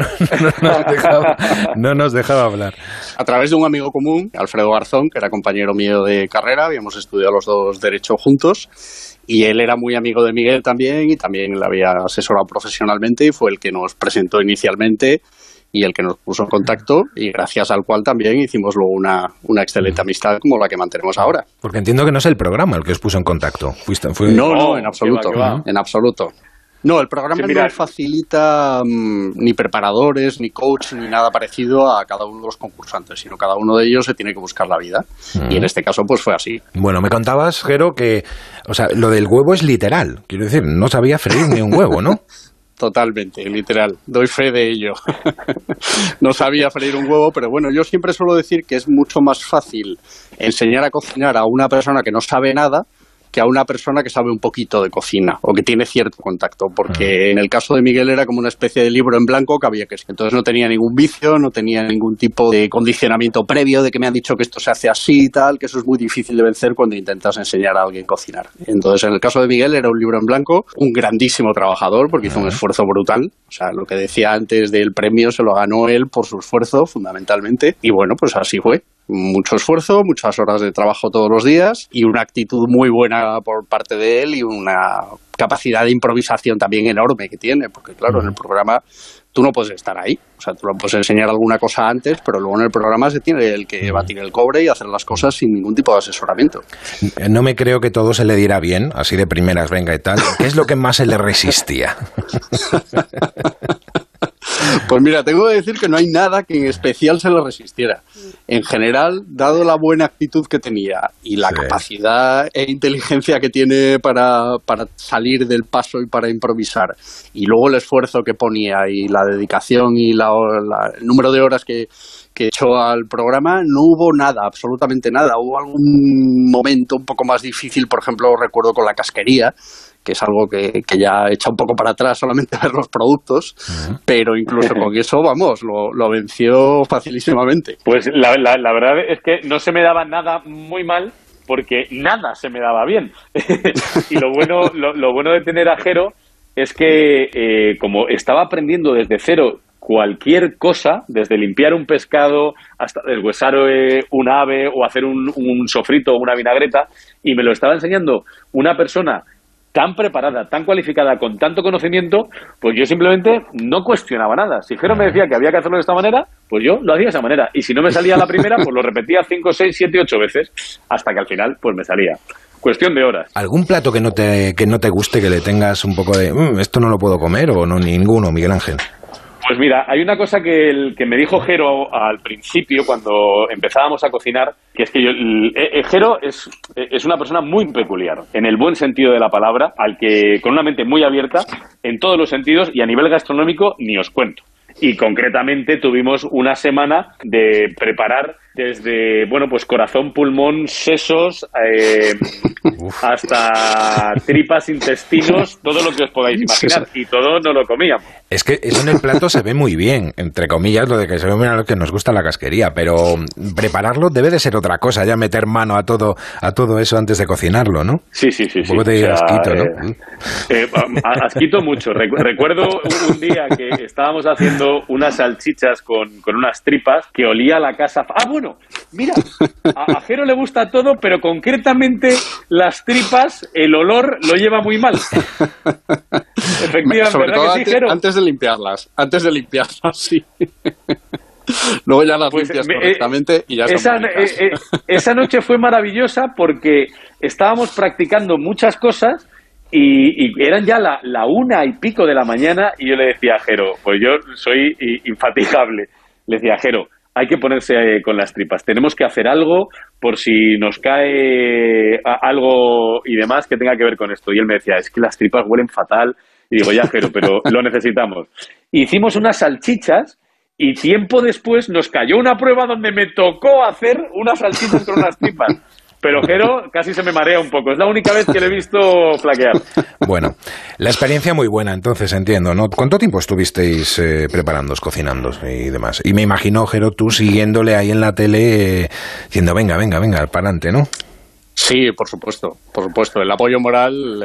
nos dejaba hablar. A través de un amigo común, Alfredo Garzón, que era compañero mío de carrera, habíamos estudiado los dos Derecho juntos, y él era muy amigo de Miguel también, y también le había asesorado profesionalmente, y fue el que nos presentó inicialmente y el que nos puso en contacto, y gracias al cual también hicimos luego una excelente amistad como la que mantenemos ahora. Porque entiendo que no es el programa el que os puso en contacto. No, en absoluto. ¿Qué va? En absoluto. No, el programa no facilita ni preparadores, ni coach, ni nada parecido a cada uno de los concursantes, sino cada uno de ellos se tiene que buscar la vida. Y en este caso, pues fue así. Bueno, me contabas, Jero, que lo del huevo es literal. Quiero decir, no sabía freír ni un huevo, ¿no? Totalmente, literal. Doy fe de ello. No sabía freír un huevo, pero bueno, yo siempre suelo decir que es mucho más fácil enseñar a cocinar a una persona que no sabe nada que a una persona que sabe un poquito de cocina o que tiene cierto contacto, porque en el caso de Miguel era como una especie de libro en blanco que había que... Entonces no tenía ningún vicio, no tenía ningún tipo de condicionamiento previo de que me han dicho que esto se hace así y tal, que eso es muy difícil de vencer cuando intentas enseñar a alguien a cocinar. Entonces en el caso de Miguel era un libro en blanco, un grandísimo trabajador porque hizo un esfuerzo brutal, o sea, lo que decía antes del premio se lo ganó él por su esfuerzo fundamentalmente, y bueno, pues así fue. mucho esfuerzo, muchas horas de trabajo todos los días y una actitud muy buena por parte de él y una capacidad de improvisación también enorme que tiene, porque claro, en el programa tú no puedes estar ahí, o sea, tú le puedes enseñar alguna cosa antes, pero luego en el programa se tiene el que batir el cobre y hacer las cosas sin ningún tipo de asesoramiento. No me creo que todo se le diera bien, así de primeras, venga y tal. ¿Qué es lo que más se le resistía? Pues mira, tengo que decir que no hay nada que en especial se le resistiera. En general, dado la buena actitud que tenía y la capacidad e inteligencia que tiene para salir del paso y para improvisar, y luego el esfuerzo que ponía y la dedicación y el número de horas que echó al programa, no hubo nada, absolutamente nada. Hubo algún momento un poco más difícil, por ejemplo, recuerdo con la casquería, que es algo que ya echa un poco para atrás solamente ver los productos, pero incluso con eso, vamos, lo venció facilísimamente. Pues la verdad es que no se me daba nada muy mal, porque nada se me daba bien. Y lo bueno de tener a Jero es que como estaba aprendiendo desde cero cualquier cosa, desde limpiar un pescado hasta deshuesar un ave o hacer un sofrito o una vinagreta, y me lo estaba enseñando una persona tan preparada, tan cualificada, con tanto conocimiento, pues yo simplemente no cuestionaba nada. Si Jero me decía que había que hacerlo de esta manera, pues yo lo hacía de esa manera. Y si no me salía la primera, pues lo repetía 5, 6, 7, 8 veces, hasta que al final pues me salía. Cuestión de horas. ¿Algún plato que no te guste, que le tengas un poco de esto no lo puedo comer, o no, ninguno, Miguel Ángel? Pues mira, hay una cosa que me dijo Jero al principio, cuando empezábamos a cocinar, que es que Jero es una persona muy peculiar, en el buen sentido de la palabra, con una mente muy abierta en todos los sentidos, y a nivel gastronómico ni os cuento. Y concretamente tuvimos una semana de preparar desde, pues corazón, pulmón, sesos, hasta tripas, intestinos, todo lo que os podáis imaginar. Y todo no lo comíamos. Es que eso en el plato se ve muy bien, entre comillas, lo de que se ve muy bien a lo que nos gusta la casquería, pero prepararlo debe de ser otra cosa, ya meter mano a todo eso antes de cocinarlo, ¿no? Sí. Un poco de asquito, ¿no? Asquito mucho. Recuerdo un día que estábamos haciendo unas salchichas con unas tripas que olía la casa. Mira, a Jero le gusta todo, pero concretamente las tripas, el olor lo lleva muy mal. Efectivamente, sobre todo que sí, Jero? Antes de limpiarlas, sí. Luego ya las limpias correctamente y ya son esa noche fue maravillosa porque estábamos practicando muchas cosas y eran ya la 1:00 de la mañana, y yo le decía a Jero, pues yo soy infatigable, le decía a Jero, hay que ponerse con las tripas, tenemos que hacer algo por si nos cae algo y demás que tenga que ver con esto. Y él me decía, es que las tripas huelen fatal. Y digo, ya, Jero, pero lo necesitamos. Hicimos unas salchichas y tiempo después nos cayó una prueba donde me tocó hacer unas salchichas con unas tripas. Pero Jero casi se me marea un poco. Es la única vez que le he visto flaquear. Bueno, la experiencia muy buena, entonces entiendo, ¿no? ¿Cuánto tiempo estuvisteis preparándoos, cocinando y demás? Y me imagino, Jero, tú siguiéndole ahí en la tele diciendo, venga, para adelante, ¿no? Sí, por supuesto. El apoyo moral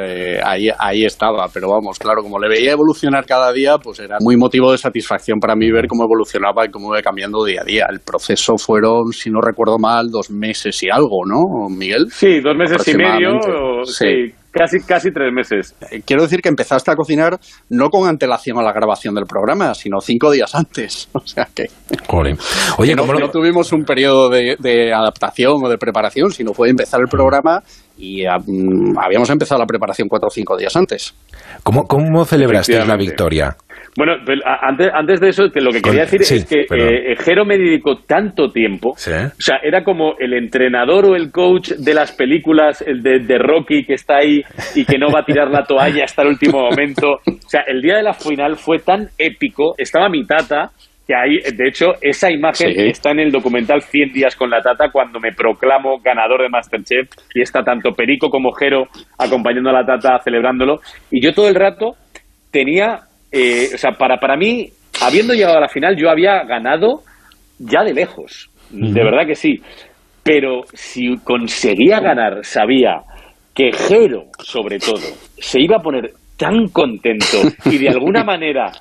ahí estaba, pero vamos, claro, como le veía evolucionar cada día, pues era muy motivo de satisfacción para mí ver cómo evolucionaba y cómo iba cambiando día a día. El proceso fueron, si no recuerdo mal, 2 meses y algo, ¿no, Miguel? Sí, 2 meses y medio, sí. Casi 3 meses. Quiero decir que empezaste a cocinar no con antelación a la grabación del programa, sino 5 días antes. O sea que... Joder. Oye, no tuvimos un periodo de adaptación o de preparación, sino fue empezar el programa y habíamos empezado la preparación 4 o 5 días antes. ¿Cómo celebrasteis la victoria? Bueno, antes de eso, lo que quería decir es que Jero me dedicó tanto tiempo, ¿sí? O sea, era como el entrenador o el coach de las películas, el de Rocky, que está ahí y que no va a tirar la toalla hasta el último momento. O sea, el día de la final fue tan épico, estaba mi tata, que ahí, de hecho, esa imagen está en el documental 100 días con la tata, cuando me proclamo ganador de MasterChef, y está tanto Perico como Jero acompañando a la tata, celebrándolo, y yo todo el rato tenía... o sea, para mí, habiendo llegado a la final, yo había ganado ya de lejos, de verdad que sí, pero si conseguía ganar, sabía que Jero, sobre todo, se iba a poner tan contento y de alguna manera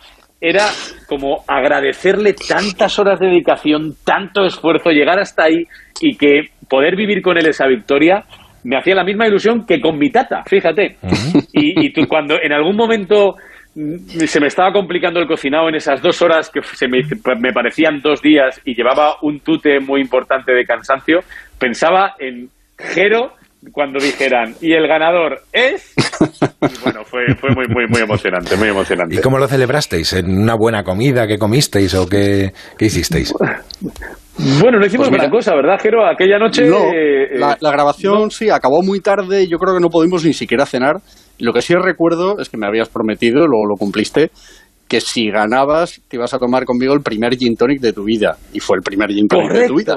era como agradecerle tantas horas de dedicación, tanto esfuerzo, llegar hasta ahí y que poder vivir con él esa victoria me hacía la misma ilusión que con mi tata, fíjate. Y tú, cuando en algún momento se me estaba complicando el cocinado en esas 2 horas que me parecían 2 días y llevaba un tute muy importante de cansancio, pensaba en Jero cuando dijeran, y el ganador es... Y bueno, fue muy emocionante, muy emocionante. ¿Y cómo lo celebrasteis? ¿En una buena comida que comisteis o qué hicisteis? Bueno, no hicimos gran cosa, ¿verdad, Jero? Aquella noche... No, la grabación sí, acabó muy tarde y yo creo que no pudimos ni siquiera cenar. Lo que sí recuerdo es que me habías prometido, luego lo cumpliste, que si ganabas te ibas a tomar conmigo el primer gin tonic de tu vida. Y fue el primer gin tonic de tu vida.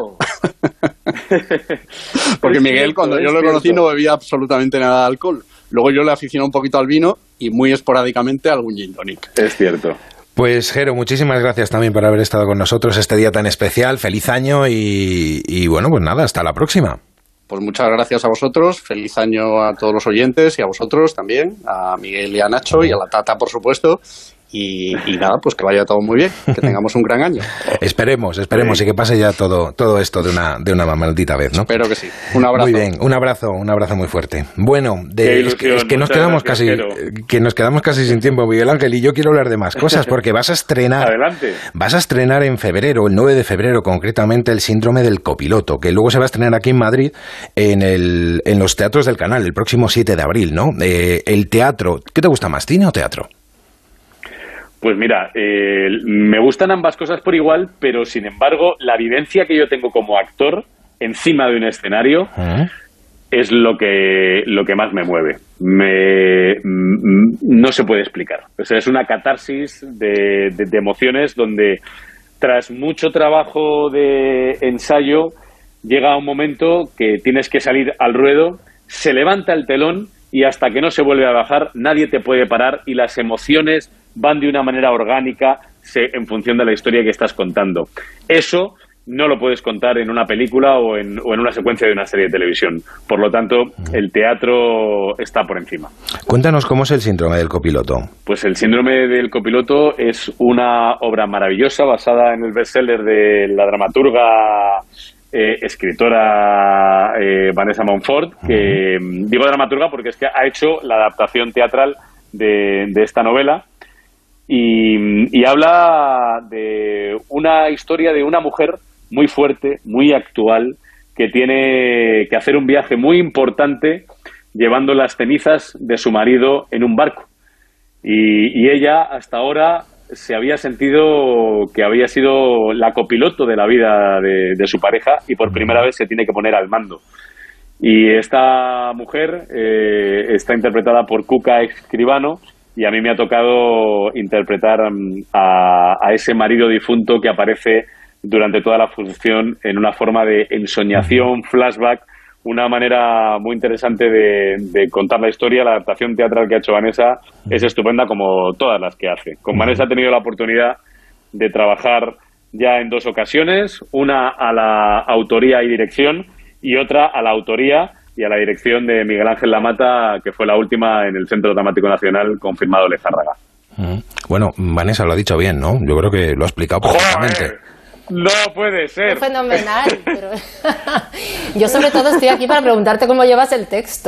Porque Miguel, cuando yo lo conocí, no bebía absolutamente nada de alcohol. Luego yo le aficioné un poquito al vino y muy esporádicamente a algún gin tonic. Es cierto. Pues, Jero, muchísimas gracias también por haber estado con nosotros este día tan especial. Feliz año y bueno, pues nada, hasta la próxima. Pues muchas gracias a vosotros, feliz año a todos los oyentes y a vosotros también, a Miguel y a Nacho y a la Tata, por supuesto. Y nada, pues que vaya todo muy bien, que tengamos un gran año. Esperemos y que pase ya todo esto de una maldita vez, ¿no? Espero que sí. Un abrazo. Muy bien, un abrazo muy fuerte. Bueno, es que nos quedamos casi sin tiempo, Miguel Ángel, y yo quiero hablar de más cosas porque vas a estrenar. Adelante. Vas a estrenar en febrero, el 9 de febrero concretamente, el Síndrome del Copiloto, que luego se va a estrenar aquí en Madrid en los teatros del Canal el próximo 7 de abril, ¿no? El teatro, ¿qué te gusta más, cine o teatro? Pues mira, me gustan ambas cosas por igual, pero sin embargo, la vivencia que yo tengo como actor encima de un escenario es lo que más me mueve. No se puede explicar. O sea, es una catarsis de emociones donde, tras mucho trabajo de ensayo, llega un momento que tienes que salir al ruedo, se levanta el telón y hasta que no se vuelve a bajar, nadie te puede parar y las emociones van de una manera orgánica en función de la historia que estás contando. Eso no lo puedes contar en una película o en una secuencia de una serie de televisión. Por lo tanto, el teatro está por encima. Cuéntanos cómo es el Síndrome del Copiloto. Pues el Síndrome del Copiloto es una obra maravillosa basada en el bestseller de la dramaturga escritora Vanessa Monfort, que digo dramaturga porque es que ha hecho la adaptación teatral de esta novela. Y habla de una historia de una mujer muy fuerte, muy actual, que tiene que hacer un viaje muy importante llevando las cenizas de su marido en un barco. Y ella hasta ahora se había sentido que había sido la copiloto de la vida de su pareja y por primera vez se tiene que poner al mando. Y esta mujer está interpretada por Cuca Escribano. Y a mí me ha tocado interpretar a ese marido difunto que aparece durante toda la función en una forma de ensoñación, flashback, una manera muy interesante de contar la historia. La adaptación teatral que ha hecho Vanessa es estupenda como todas las que hace. Con Vanessa he tenido la oportunidad de trabajar ya en 2 ocasiones, una a la autoría y dirección y otra a la autoría y a la dirección de Miguel Ángel Lamata, que fue la última en el Centro Dramático Nacional, confirmado Lezárraga. Bueno, Vanessa lo ha dicho bien, ¿no? Yo creo que lo ha explicado perfectamente. No puede ser. Fenomenal. Pero... Yo sobre todo estoy aquí para preguntarte cómo llevas el texto.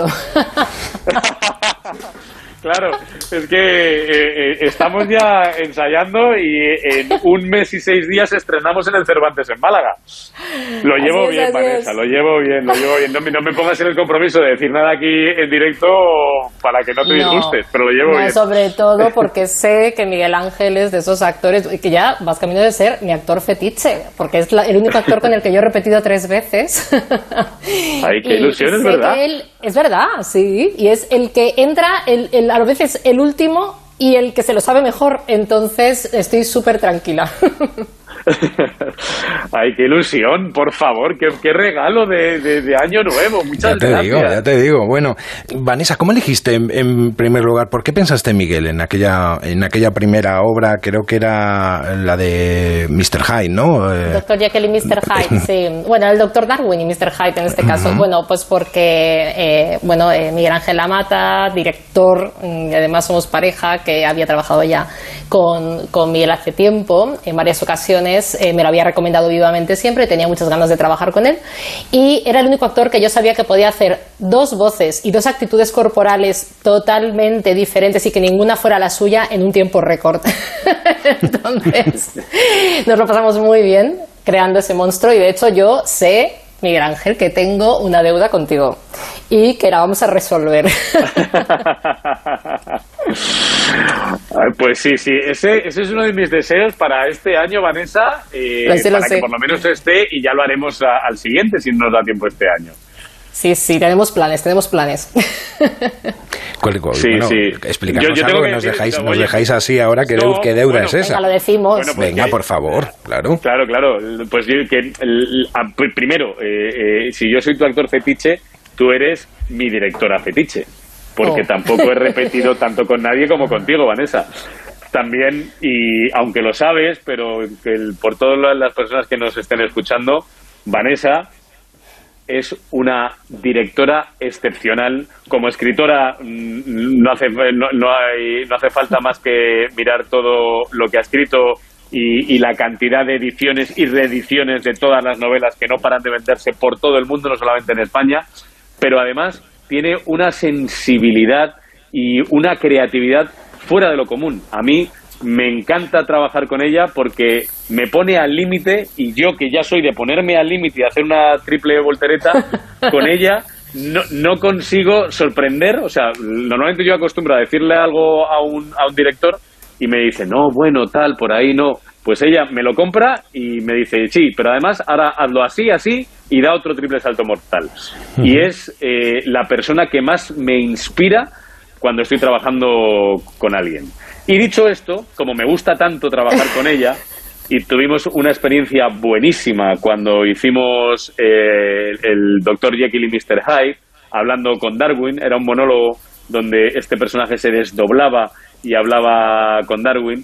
Claro, es que estamos ya ensayando y en 1 mes y 6 días estrenamos en el Cervantes en Málaga. Lo llevo bien, Vanessa, lo llevo bien. No me pongas en el compromiso de decir nada aquí en directo para que no te disgustes, pero lo llevo bien. Sobre todo porque sé que Miguel Ángel es de esos actores que ya vas camino de ser mi actor fetiche, porque es el único actor con el que yo he repetido 3 veces. Ay, qué ilusión, es verdad. Es verdad, sí, y es el que entra, a veces el último y el que se lo sabe mejor, entonces estoy súper tranquila. Ay, qué ilusión, por favor, qué regalo de año nuevo. Muchas gracias. Ya te digo. Bueno, Vanessa, ¿cómo elegiste en primer lugar? ¿Por qué pensaste en Miguel en aquella primera obra? Creo que era la de Mr. Hyde, ¿no? Dr. Jekyll y Mr. Hyde, sí. Bueno, el Dr. Darwin y Mr. Hyde en este caso. Bueno, pues porque Miguel Ángel Lamata, director, y además somos pareja, que había trabajado ya con Miguel hace tiempo, en varias ocasiones, me lo había recomendado vivamente siempre, tenía muchas ganas de trabajar con él, y era el único actor que yo sabía que podía hacer 2 voces y 2 actitudes corporales totalmente diferentes y que ninguna fuera la suya en un tiempo récord. Entonces, nos lo pasamos muy bien creando ese monstruo, y de hecho yo sé, Miguel Ángel, que tengo una deuda contigo y que la vamos a resolver. Pues sí, ese es uno de mis deseos para este año, Vanessa, para que por lo menos esté, y ya lo haremos al siguiente si nos da tiempo este año. Sí, tenemos planes. Explícanos algo que nos dejáis así ahora, ¿qué deuda es esa? Venga, lo decimos. Bueno, pues venga, por favor, claro. Claro. Pues primero, si yo soy tu actor fetiche, tú eres mi directora fetiche, porque tampoco he repetido tanto con nadie como contigo, Vanessa. También, y aunque lo sabes, pero por todas las personas que nos estén escuchando, Vanessa es una directora excepcional. Como escritora no hace falta más que mirar todo lo que ha escrito y la cantidad de ediciones y reediciones de todas las novelas que no paran de venderse por todo el mundo, no solamente en España, pero además tiene una sensibilidad y una creatividad fuera de lo común. A mí me encanta trabajar con ella porque me pone al límite, y yo, que ya soy de ponerme al límite y hacer una triple voltereta, con ella no consigo sorprender. O sea, normalmente yo acostumbro a decirle algo a un director y me dice, no, bueno, tal, por ahí no. Pues ella me lo compra y me dice, sí, pero además ahora hazlo así, y da otro triple salto mortal. Y es la persona que más me inspira cuando estoy trabajando con alguien. Y dicho esto, como me gusta tanto trabajar con ella, y tuvimos una experiencia buenísima cuando hicimos el Dr. Jekyll y Mr. Hyde, hablando con Darwin, era un monólogo donde este personaje se desdoblaba y hablaba con Darwin,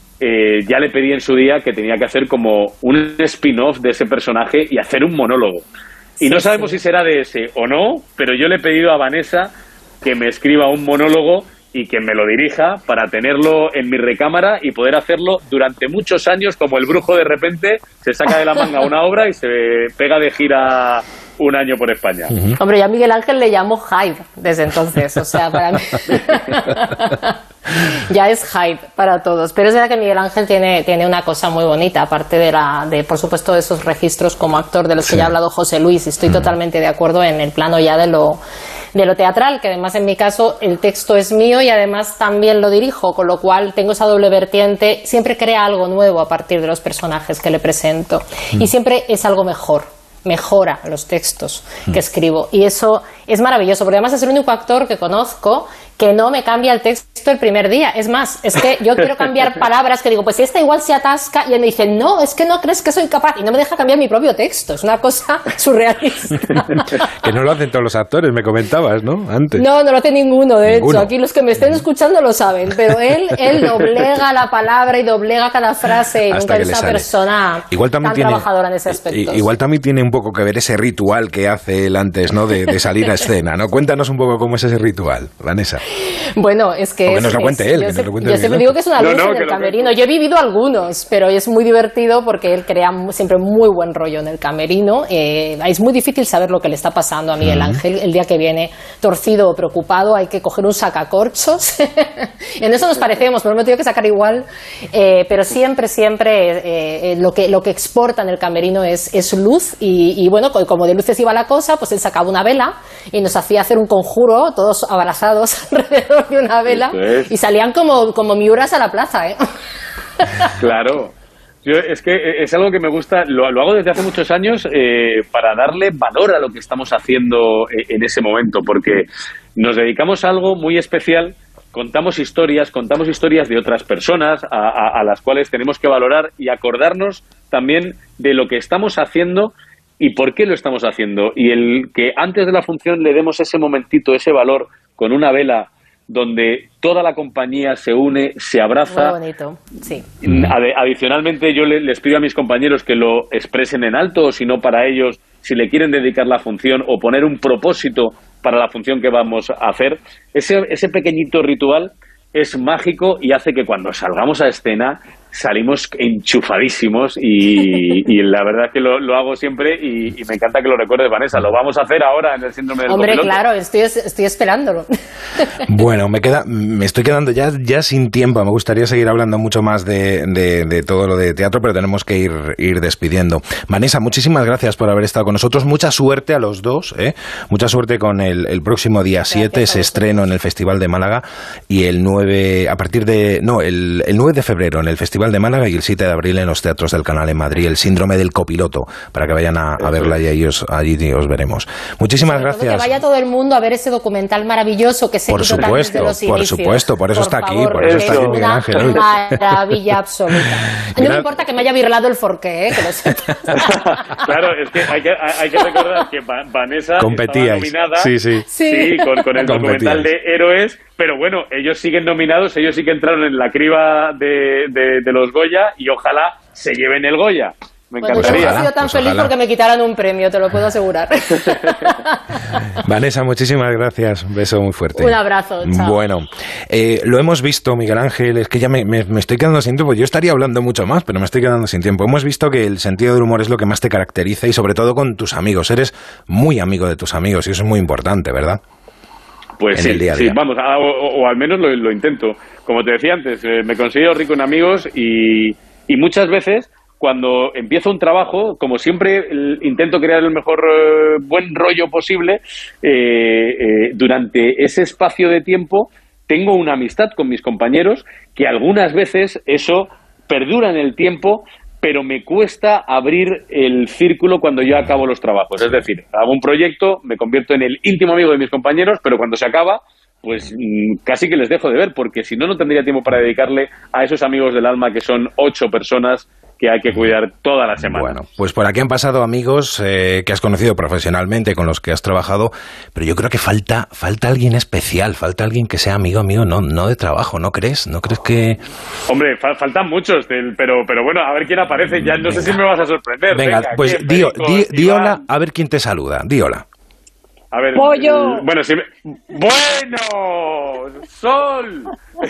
ya le pedí en su día que tenía que hacer como un spin-off de ese personaje y hacer un monólogo. Y no sabemos si será de ese o no, pero yo le he pedido a Vanessa que me escriba un monólogo y que me lo dirija para tenerlo en mi recámara y poder hacerlo durante muchos años, como el brujo de repente se saca de la manga una obra y se pega de gira un año por España. Hombre, yo a Miguel Ángel le llamo Hyde desde entonces, o sea, para mí ya es Hyde para todos. Pero es verdad que Miguel Ángel tiene una cosa muy bonita, aparte de por supuesto, de esos registros como actor de los que ya ha hablado José Luis, y estoy totalmente de acuerdo en el plano ya de lo teatral, que además en mi caso el texto es mío y además también lo dirijo, con lo cual tengo esa doble vertiente. Siempre crea algo nuevo a partir de los personajes que le presento, y siempre es algo mejora los textos que escribo, y eso es maravilloso, porque además es el único actor que conozco que no me cambia el texto el primer día. Es más, es que yo quiero cambiar palabras, que digo, pues esta igual se atasca, y él me dice, no, es que no crees que soy capaz, y no me deja cambiar mi propio texto. Es una cosa surrealista. Que no lo hacen todos los actores, me comentabas, ¿no? Antes. No lo hace ninguno, de hecho. Aquí los que me estén escuchando lo saben, pero él doblega la palabra y doblega cada frase, y nunca es una persona tan trabajadora en ese aspecto. Igual también tiene un poco que ver ese ritual que hace él antes, ¿no? De salir a escena, ¿no? Cuéntanos un poco cómo es ese ritual, Vanessa. Bueno, es que... O que nos lo cuente él. Yo siempre digo que es una luz en el camerino. Yo he vivido algunos, pero es muy divertido porque él crea siempre muy buen rollo en el camerino. Es muy difícil saber lo que le está pasando a Miguel Ángel. El día que viene torcido o preocupado hay que coger un sacacorchos. En eso nos parecemos, pero me tengo que sacar igual. Pero siempre lo que exporta en el camerino es luz. Y bueno, como de luces iba la cosa, pues él sacaba una vela y nos hacía hacer un conjuro, todos abrazados alrededor de una vela, y salían como miuras a la plaza, ¿eh? Claro. Es que es algo que me gusta, lo hago desde hace muchos años para darle valor a lo que estamos haciendo en ese momento, porque nos dedicamos a algo muy especial, contamos historias de otras personas a las cuales tenemos que valorar y acordarnos también de lo que estamos haciendo y por qué lo estamos haciendo. Y el que antes de la función le demos ese momentito, ese valor, con una vela, donde toda la compañía se une, se abraza. Muy bonito, sí. Adicionalmente, yo les pido a mis compañeros que lo expresen en alto, o si no para ellos, si le quieren dedicar la función o poner un propósito para la función que vamos a hacer. Ese pequeñito ritual es mágico y hace que cuando salgamos a escena salimos enchufadísimos y la verdad es que lo hago siempre y me encanta que lo recuerdes, Vanessa. Lo vamos a hacer ahora en el síndrome del Hombre, copiloto. claro, estoy esperándolo. Bueno, me estoy quedando ya sin tiempo. Me gustaría seguir hablando mucho más de todo lo de teatro, pero tenemos que ir despidiendo. Vanessa, muchísimas gracias por haber estado con nosotros. Mucha suerte a los dos, ¿eh? Mucha suerte con el próximo día 7, ese estreno en el Festival de Málaga, y el 9 de febrero en el Festival de Málaga y el 7 de abril en los teatros del Canal en Madrid, el síndrome del copiloto, para que vayan a verla y allí os veremos. Muchísimas gracias. Que vaya todo el mundo a ver ese documental maravilloso que se hizo tan desde los inicios. Por supuesto, por eso está aquí, por eso está aquí Miguel una Ángel hoy. maravilla absoluta. No me importa que me haya virlado el forqué, que lo sepas. Claro, es que hay que recordar que Vanessa competíais, estaba nominada sí, con el documental de Héroes, pero bueno, ellos siguen nominados, ellos sí que entraron en la criba de los Goya y ojalá se lleven el Goya. Me encantaría. Yo he sido tan feliz porque me quitaran un premio, te lo puedo asegurar. Vanessa, muchísimas gracias. Un beso muy fuerte. Un abrazo, chao. Bueno, lo hemos visto, Miguel Ángel, es que ya me estoy quedando sin tiempo. Yo estaría hablando mucho más, pero me estoy quedando sin tiempo. Hemos visto que el sentido del humor es lo que más te caracteriza y sobre todo con tus amigos. Eres muy amigo de tus amigos y eso es muy importante, ¿verdad? Pues sí, vamos, o al menos lo intento. Como te decía antes, me considero rico en amigos y muchas veces cuando empiezo un trabajo, como siempre intento crear el mejor buen rollo posible, durante ese espacio de tiempo tengo una amistad con mis compañeros que algunas veces eso perdura en el tiempo, pero me cuesta abrir el círculo cuando yo acabo los trabajos. Es decir, hago un proyecto, me convierto en el íntimo amigo de mis compañeros, pero cuando se acaba, pues casi que les dejo de ver, porque si no, no tendría tiempo para dedicarle a esos amigos del alma que son 8 personas que hay que cuidar toda la semana. Bueno, pues por aquí han pasado amigos que has conocido profesionalmente, con los que has trabajado, pero yo creo que falta alguien especial, falta alguien que sea amigo mío, no de trabajo, ¿no crees? ¿No crees que...? Hombre, faltan muchos, pero bueno, a ver quién aparece, ya no sé si me vas a sorprender. Venga, pues di hola, a ver quién te saluda, di hola. A ver, ¡Pollo! Bueno, Sol.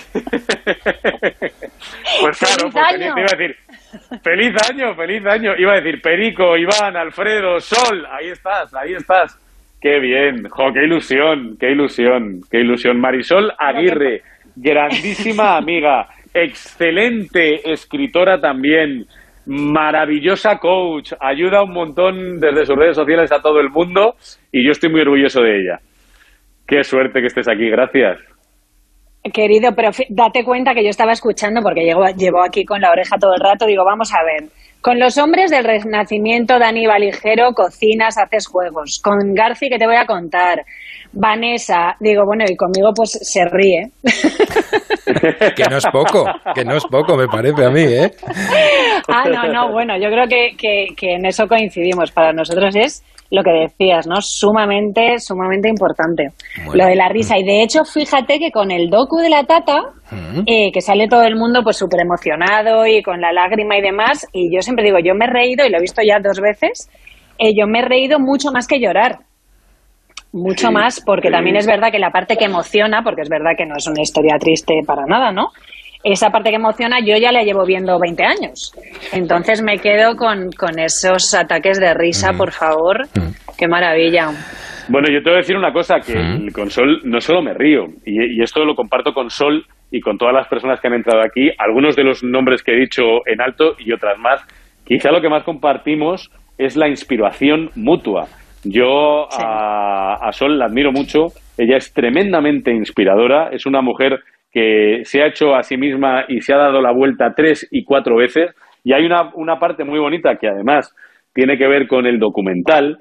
Pues claro, pues te iba a decir feliz año. Iba a decir Perico, Iván, Alfredo, Sol, ahí estás. Qué bien, qué ilusión. Marisol Aguirre, grandísima amiga, excelente escritora también, maravillosa coach, ayuda un montón desde sus redes sociales a todo el mundo y yo estoy muy orgulloso de ella. Qué suerte que estés aquí, gracias. Querido, pero date cuenta que yo estaba escuchando porque llevo aquí con la oreja todo el rato, digo, vamos a ver, con los hombres del Renacimiento, Dani Valijero, cocinas, haces juegos, con Garci, que te voy a contar, Vanessa, digo, bueno, y conmigo pues se ríe. Que no es poco, me parece a mí, ¿eh? No, bueno, yo creo que en eso coincidimos, para nosotros es lo que decías, ¿no? Sumamente importante. Bueno. Lo de la risa. Y de hecho, fíjate que con el docu de la Tata, que sale todo el mundo pues súper emocionado y con la lágrima y demás, y yo siempre digo, yo me he reído, y lo he visto ya 2 veces, yo me he reído mucho más que llorar. Mucho más, porque también es verdad que la parte que emociona, porque es verdad que no es una historia triste para nada, ¿no? Esa parte que emociona yo ya la llevo viendo 20 años. Entonces me quedo con esos ataques de risa, por favor. Qué maravilla. Bueno, yo te voy a decir una cosa, que con Sol no solo me río, y esto lo comparto con Sol y con todas las personas que han entrado aquí, algunos de los nombres que he dicho en alto y otras más. Quizá lo que más compartimos es la inspiración mutua. Yo a Sol la admiro mucho, ella es tremendamente inspiradora, es una mujer que se ha hecho a sí misma y se ha dado la vuelta 3 y 4 veces, y hay una parte muy bonita que además tiene que ver con el documental,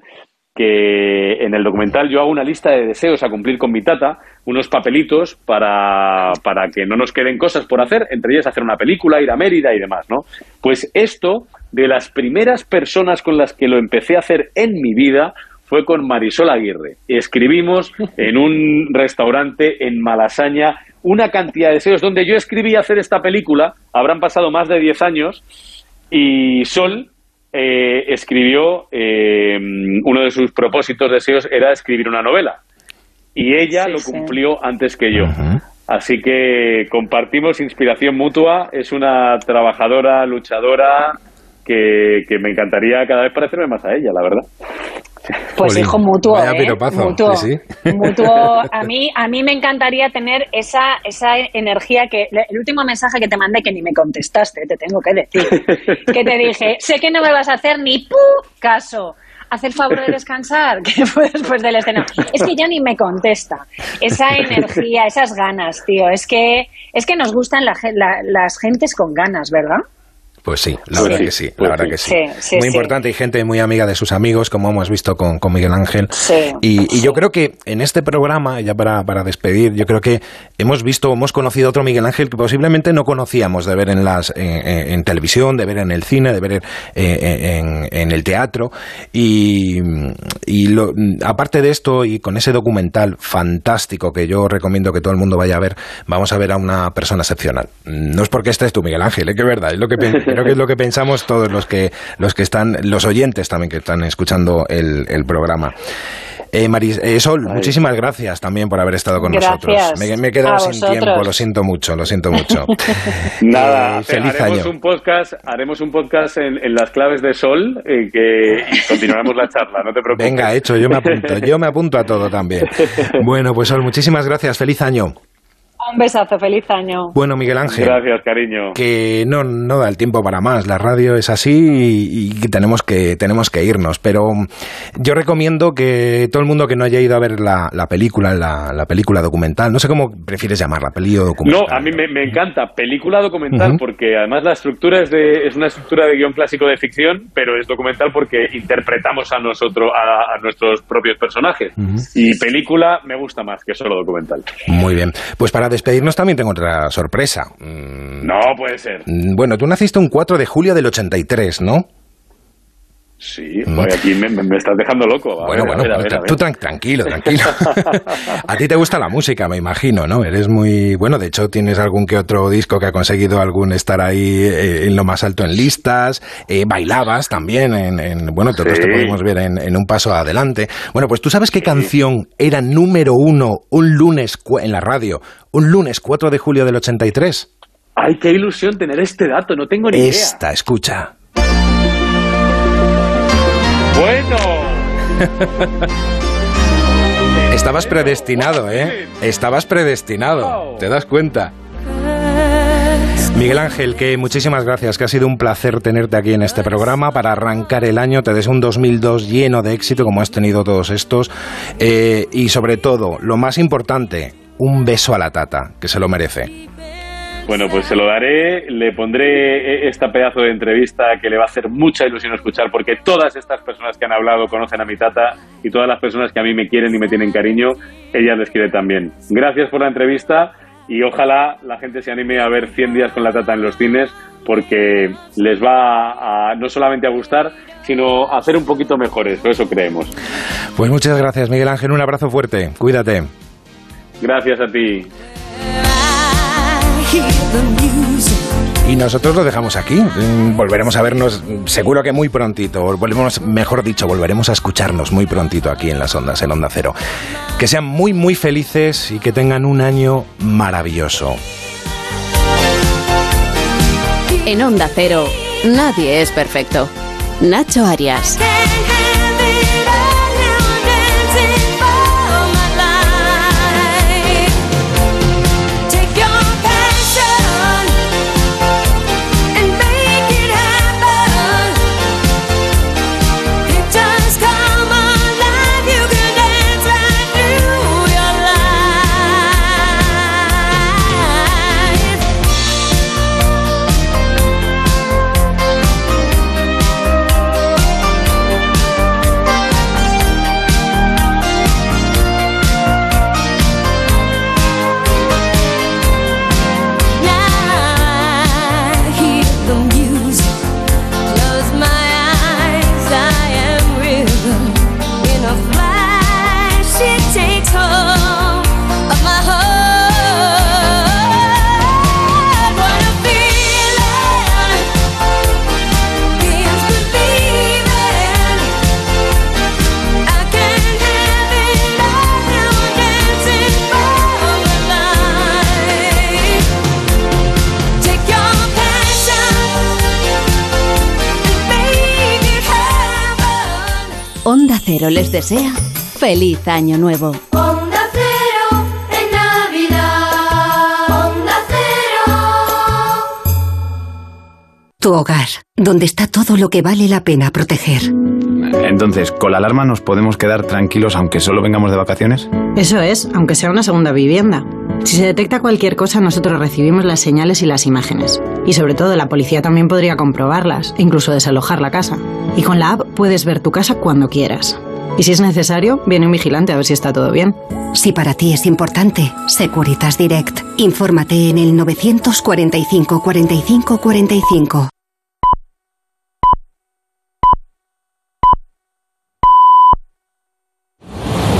que en el documental yo hago una lista de deseos a cumplir con mi tata, unos papelitos para que no nos queden cosas por hacer, entre ellas hacer una película, ir a Mérida y demás, ¿no? Pues esto, de las primeras personas con las que lo empecé a hacer en mi vida, fue con Marisol Aguirre. Escribimos en un restaurante en Malasaña una cantidad de deseos donde yo escribí hacer esta película, habrán pasado más de 10 años, y Sol escribió, uno de sus propósitos, deseos, era escribir una novela. Y ella lo cumplió antes que yo. Así que compartimos inspiración mutua. Es una trabajadora, luchadora, que me encantaría cada vez parecerme más a ella, la verdad. Pues hijo, mutuo, vaya piropazo, mutuo, sí. Mutuo. A mí me encantaría tener esa energía que... El último mensaje que te mandé, que ni me contestaste, te tengo que decir, que te dije, sé que no me vas a hacer ni caso. Haz el favor de descansar, que fue después del estreno. Es que ya ni me contesta. Esa energía, esas ganas, tío. Es que nos gustan las gentes con ganas, ¿verdad? Pues sí, la verdad que sí, la verdad que sí. Muy importante, y gente muy amiga de sus amigos, como hemos visto con Miguel Ángel. Y yo creo que en este programa, ya para despedir, yo creo que hemos conocido a otro Miguel Ángel que posiblemente no conocíamos, de ver en televisión, de ver en el cine, de ver en el teatro. Aparte de esto, y con ese documental fantástico que yo recomiendo que todo el mundo vaya a ver, vamos a ver a una persona excepcional. No es porque estés tú, Miguel Ángel, que es verdad, es lo que creo que es lo que pensamos todos los que están, los oyentes también que están escuchando el programa. Sol, muchísimas gracias también por haber estado con nosotros. Me he quedado sin tiempo, lo siento mucho. Nada, feliz haremos año. Haremos un podcast en las claves de Sol y continuaremos la charla, no te preocupes. Venga, hecho, yo me apunto a todo también. Bueno, pues Sol, muchísimas gracias, feliz año. Un besazo, feliz año. Bueno, Miguel Ángel. Gracias, cariño. Que no da el tiempo para más. La radio es así y tenemos que irnos. Pero yo recomiendo que todo el mundo que no haya ido a ver la película documental, no sé cómo prefieres llamarla, peli o documental. No, a mí me encanta película documental porque además la estructura es una estructura de guión clásico de ficción, pero es documental porque interpretamos a nuestros propios personajes. Y película me gusta más que solo documental. Muy bien. Pues para despedirnos también tengo otra sorpresa. No puede ser. Bueno, tú naciste un 4 de julio del 83, ¿no? Sí, aquí me estás dejando loco. A ver. Tú tranquilo. A ti te gusta la música, me imagino, ¿no? Eres muy... Bueno, de hecho tienes algún que otro disco que ha conseguido estar ahí en lo más alto en listas. Bailabas también todos te podemos ver en Un Paso Adelante. Bueno, pues ¿tú sabes qué canción era número 1 un lunes en la radio? Un lunes 4 de julio del 83. ¡Ay, qué ilusión tener este dato! No tengo ni idea. Escucha. Bueno. Estabas predestinado, ¿eh? Estabas predestinado. ¿Te das cuenta? Miguel Ángel, que muchísimas gracias, que ha sido un placer tenerte aquí en este programa para arrancar el año. Te deseo un 2002 lleno de éxito, como has tenido todos estos. Y sobre todo, lo más importante, un beso a la tata, que se lo merece. Bueno, pues se lo daré, le pondré esta pedazo de entrevista que le va a hacer mucha ilusión escuchar, porque todas estas personas que han hablado conocen a mi tata y todas las personas que a mí me quieren y me tienen cariño, ellas les quiere también. Gracias por la entrevista y ojalá la gente se anime a ver 100 días con la tata en los cines, porque les va a no solamente a gustar, sino a hacer un poquito mejores, eso creemos. Pues muchas gracias, Miguel Ángel, un abrazo fuerte, cuídate. Gracias a ti. Y nosotros lo dejamos aquí. Volveremos a vernos seguro que muy prontito. Volveremos a escucharnos muy prontito aquí en las ondas, en Onda Cero. Que sean muy, muy felices y que tengan un año maravilloso. En Onda Cero, nadie es perfecto. Nacho Arias. Cero les desea feliz año nuevo. Onda Cero en Navidad. Onda Cero. Tu hogar, donde está todo lo que vale la pena proteger. Entonces, ¿con la alarma nos podemos quedar tranquilos aunque solo vengamos de vacaciones? Eso es, aunque sea una segunda vivienda. Si se detecta cualquier cosa, nosotros recibimos las señales y las imágenes. Y sobre todo, la policía también podría comprobarlas e incluso desalojar la casa. Y con la app puedes ver tu casa cuando quieras. Y si es necesario, viene un vigilante a ver si está todo bien. Si para ti es importante, Securitas Direct. Infórmate en el 945 45 45.